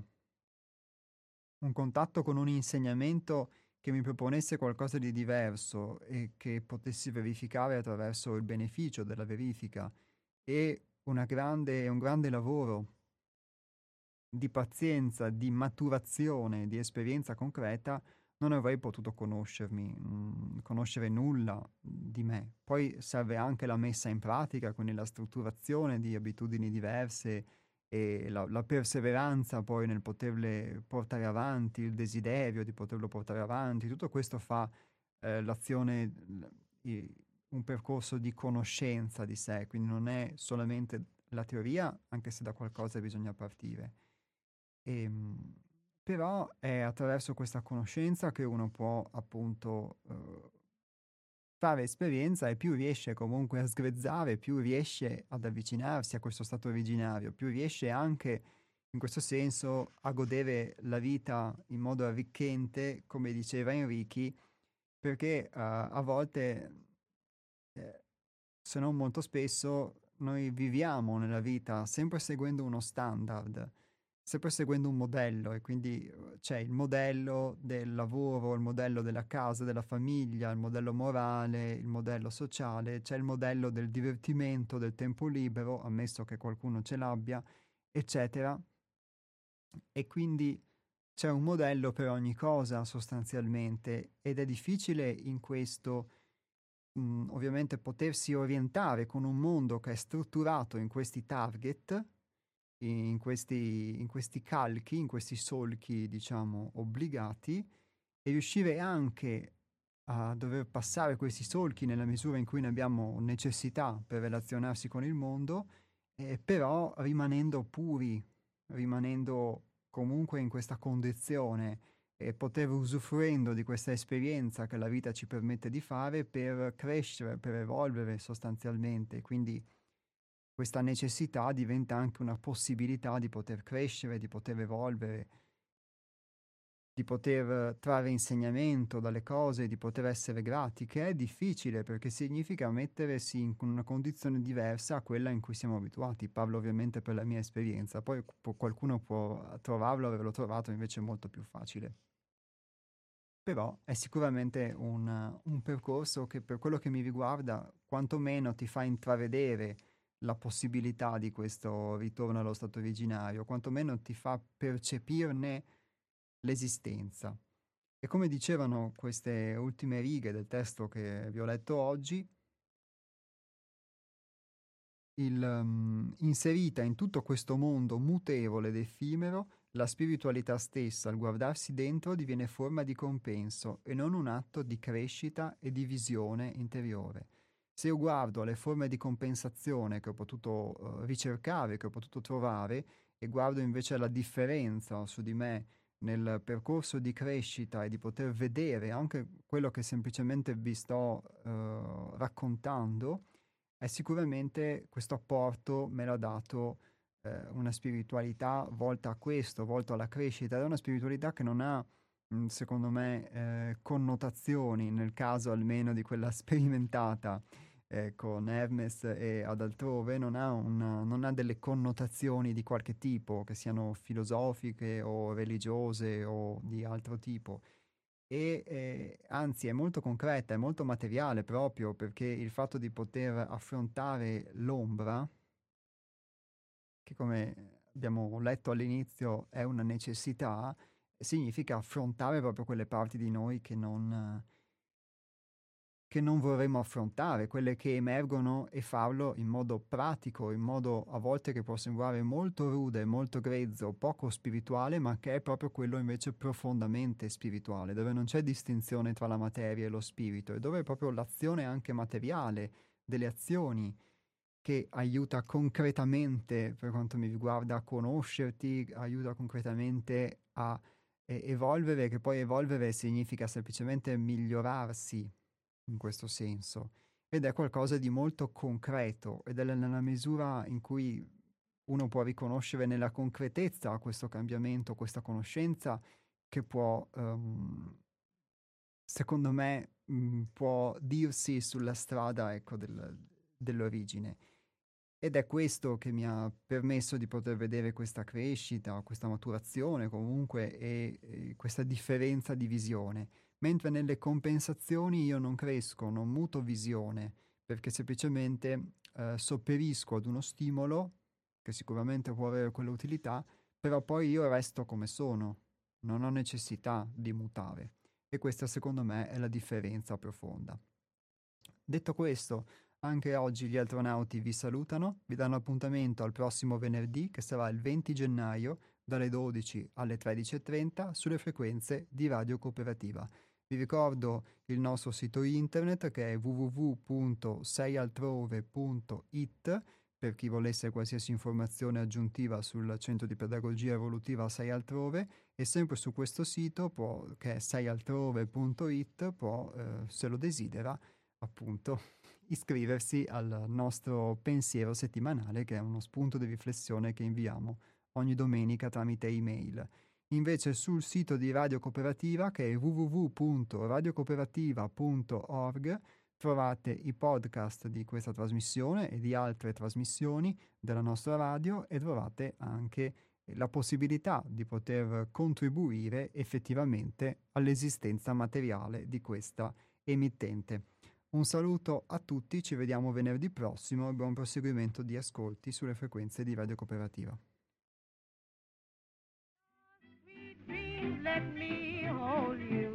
un contatto con un insegnamento che mi proponesse qualcosa di diverso e che potessi verificare attraverso il beneficio della verifica e una grande, un grande lavoro di pazienza, di maturazione, di esperienza concreta, non avrei potuto conoscermi, mh, conoscere nulla di me. Poi serve anche la messa in pratica, quindi la strutturazione di abitudini diverse e la, la perseveranza poi nel poterle portare avanti, il desiderio di poterlo portare avanti. Tutto questo fa eh, l'azione, l- i- un percorso di conoscenza di sé, quindi non è solamente la teoria, anche se da qualcosa bisogna partire. Ehm, Però è attraverso questa conoscenza che uno può appunto eh, fare esperienza e più riesce comunque a sgrezzare, più riesce ad avvicinarsi a questo stato originario, più riesce anche in questo senso a godere la vita in modo arricchente, come diceva Enrichi, perché eh, a volte, eh, se non molto spesso, noi viviamo nella vita sempre seguendo uno standard, sempre seguendo un modello e quindi eh, c'è il modello del lavoro, il modello della casa, della famiglia, il modello morale, il modello sociale, c'è il modello del divertimento, del tempo libero, ammesso che qualcuno ce l'abbia, eccetera. E quindi c'è un modello per ogni cosa sostanzialmente ed è difficile in questo mh, ovviamente potersi orientare con un mondo che è strutturato in questi target, in questi, in questi calchi, in questi solchi, diciamo, obbligati, e riuscire anche a dover passare questi solchi nella misura in cui ne abbiamo necessità per relazionarsi con il mondo, eh, però rimanendo puri, rimanendo comunque in questa condizione e poter usufruendo di questa esperienza che la vita ci permette di fare per crescere, per evolvere sostanzialmente. Quindi questa necessità diventa anche una possibilità di poter crescere, di poter evolvere, di poter trarre insegnamento dalle cose, di poter essere grati, che è difficile perché significa mettersi in una condizione diversa a quella in cui siamo abituati. Parlo ovviamente per la mia esperienza, poi pu- qualcuno può trovarlo, averlo trovato invece molto più facile. Però è sicuramente un, un percorso che per quello che mi riguarda, quantomeno ti fa intravedere la possibilità di questo ritorno allo stato originario, quantomeno ti fa percepirne l'esistenza. E come dicevano queste ultime righe del testo che vi ho letto oggi, il, um, inserita in tutto questo mondo mutevole ed effimero, la spiritualità stessa, al guardarsi dentro, diviene forma di compenso e non un atto di crescita e di visione interiore. Se io guardo alle forme di compensazione che ho potuto uh, ricercare, che ho potuto trovare, e guardo invece alla differenza su di me nel percorso di crescita e di poter vedere anche quello che semplicemente vi sto uh, raccontando, e sicuramente questo apporto me l'ha dato eh, una spiritualità volta a questo, volta alla crescita, ed è una spiritualità che non ha, mh, secondo me, eh, connotazioni, nel caso almeno di quella sperimentata eh, con Hermes e ad altrove, non ha, una, non ha delle connotazioni di qualche tipo, che siano filosofiche o religiose o di altro tipo e eh, anzi è molto concreta, è molto materiale proprio perché il fatto di poter affrontare l'ombra, che come abbiamo letto all'inizio è una necessità, significa affrontare proprio quelle parti di noi che non, che non vorremmo affrontare, quelle che emergono e farlo in modo pratico, in modo a volte che può sembrare molto rude, molto grezzo, poco spirituale, ma che è proprio quello invece profondamente spirituale, dove non c'è distinzione tra la materia e lo spirito, e dove è proprio l'azione anche materiale delle azioni che aiuta concretamente, per quanto mi riguarda, a conoscerti, aiuta concretamente a eh, evolvere, che poi evolvere significa semplicemente migliorarsi in questo senso, ed è qualcosa di molto concreto ed è nella misura in cui uno può riconoscere nella concretezza questo cambiamento, questa conoscenza che può, ehm, secondo me, mh, può dirsi sulla strada, ecco, del- dell'origine. ed è questo che mi ha permesso di poter vedere questa crescita, questa maturazione comunque e, e questa differenza di visione. Mentre nelle compensazioni io non cresco, non muto visione, perché semplicemente eh, sopperisco ad uno stimolo che sicuramente può avere quell'utilità, però poi io resto come sono, non ho necessità di mutare. E questa secondo me è la differenza profonda. Detto questo, anche oggi gli astronauti vi salutano, vi danno appuntamento al prossimo venerdì che sarà il venti gennaio dalle dodici alle tredici e trenta sulle frequenze di Radio Cooperativa. Vi ricordo il nostro sito internet che è w w w punto sei altrove punto i t per chi volesse qualsiasi informazione aggiuntiva sul Centro di Pedagogia Evolutiva sei Altrove, e sempre su questo sito può, che è sei altrove punto i t può, eh, se lo desidera, appunto iscriversi al nostro pensiero settimanale, che è uno spunto di riflessione che inviamo ogni domenica tramite email. Invece sul sito di Radio Cooperativa, che è w w w punto radio cooperativa punto org, trovate i podcast di questa trasmissione e di altre trasmissioni della nostra radio, e trovate anche la possibilità di poter contribuire effettivamente all'esistenza materiale di questa emittente. Un saluto a tutti, ci vediamo venerdì prossimo e buon proseguimento di ascolti sulle frequenze di Radio Cooperativa. Sweet dreams, let me hold you.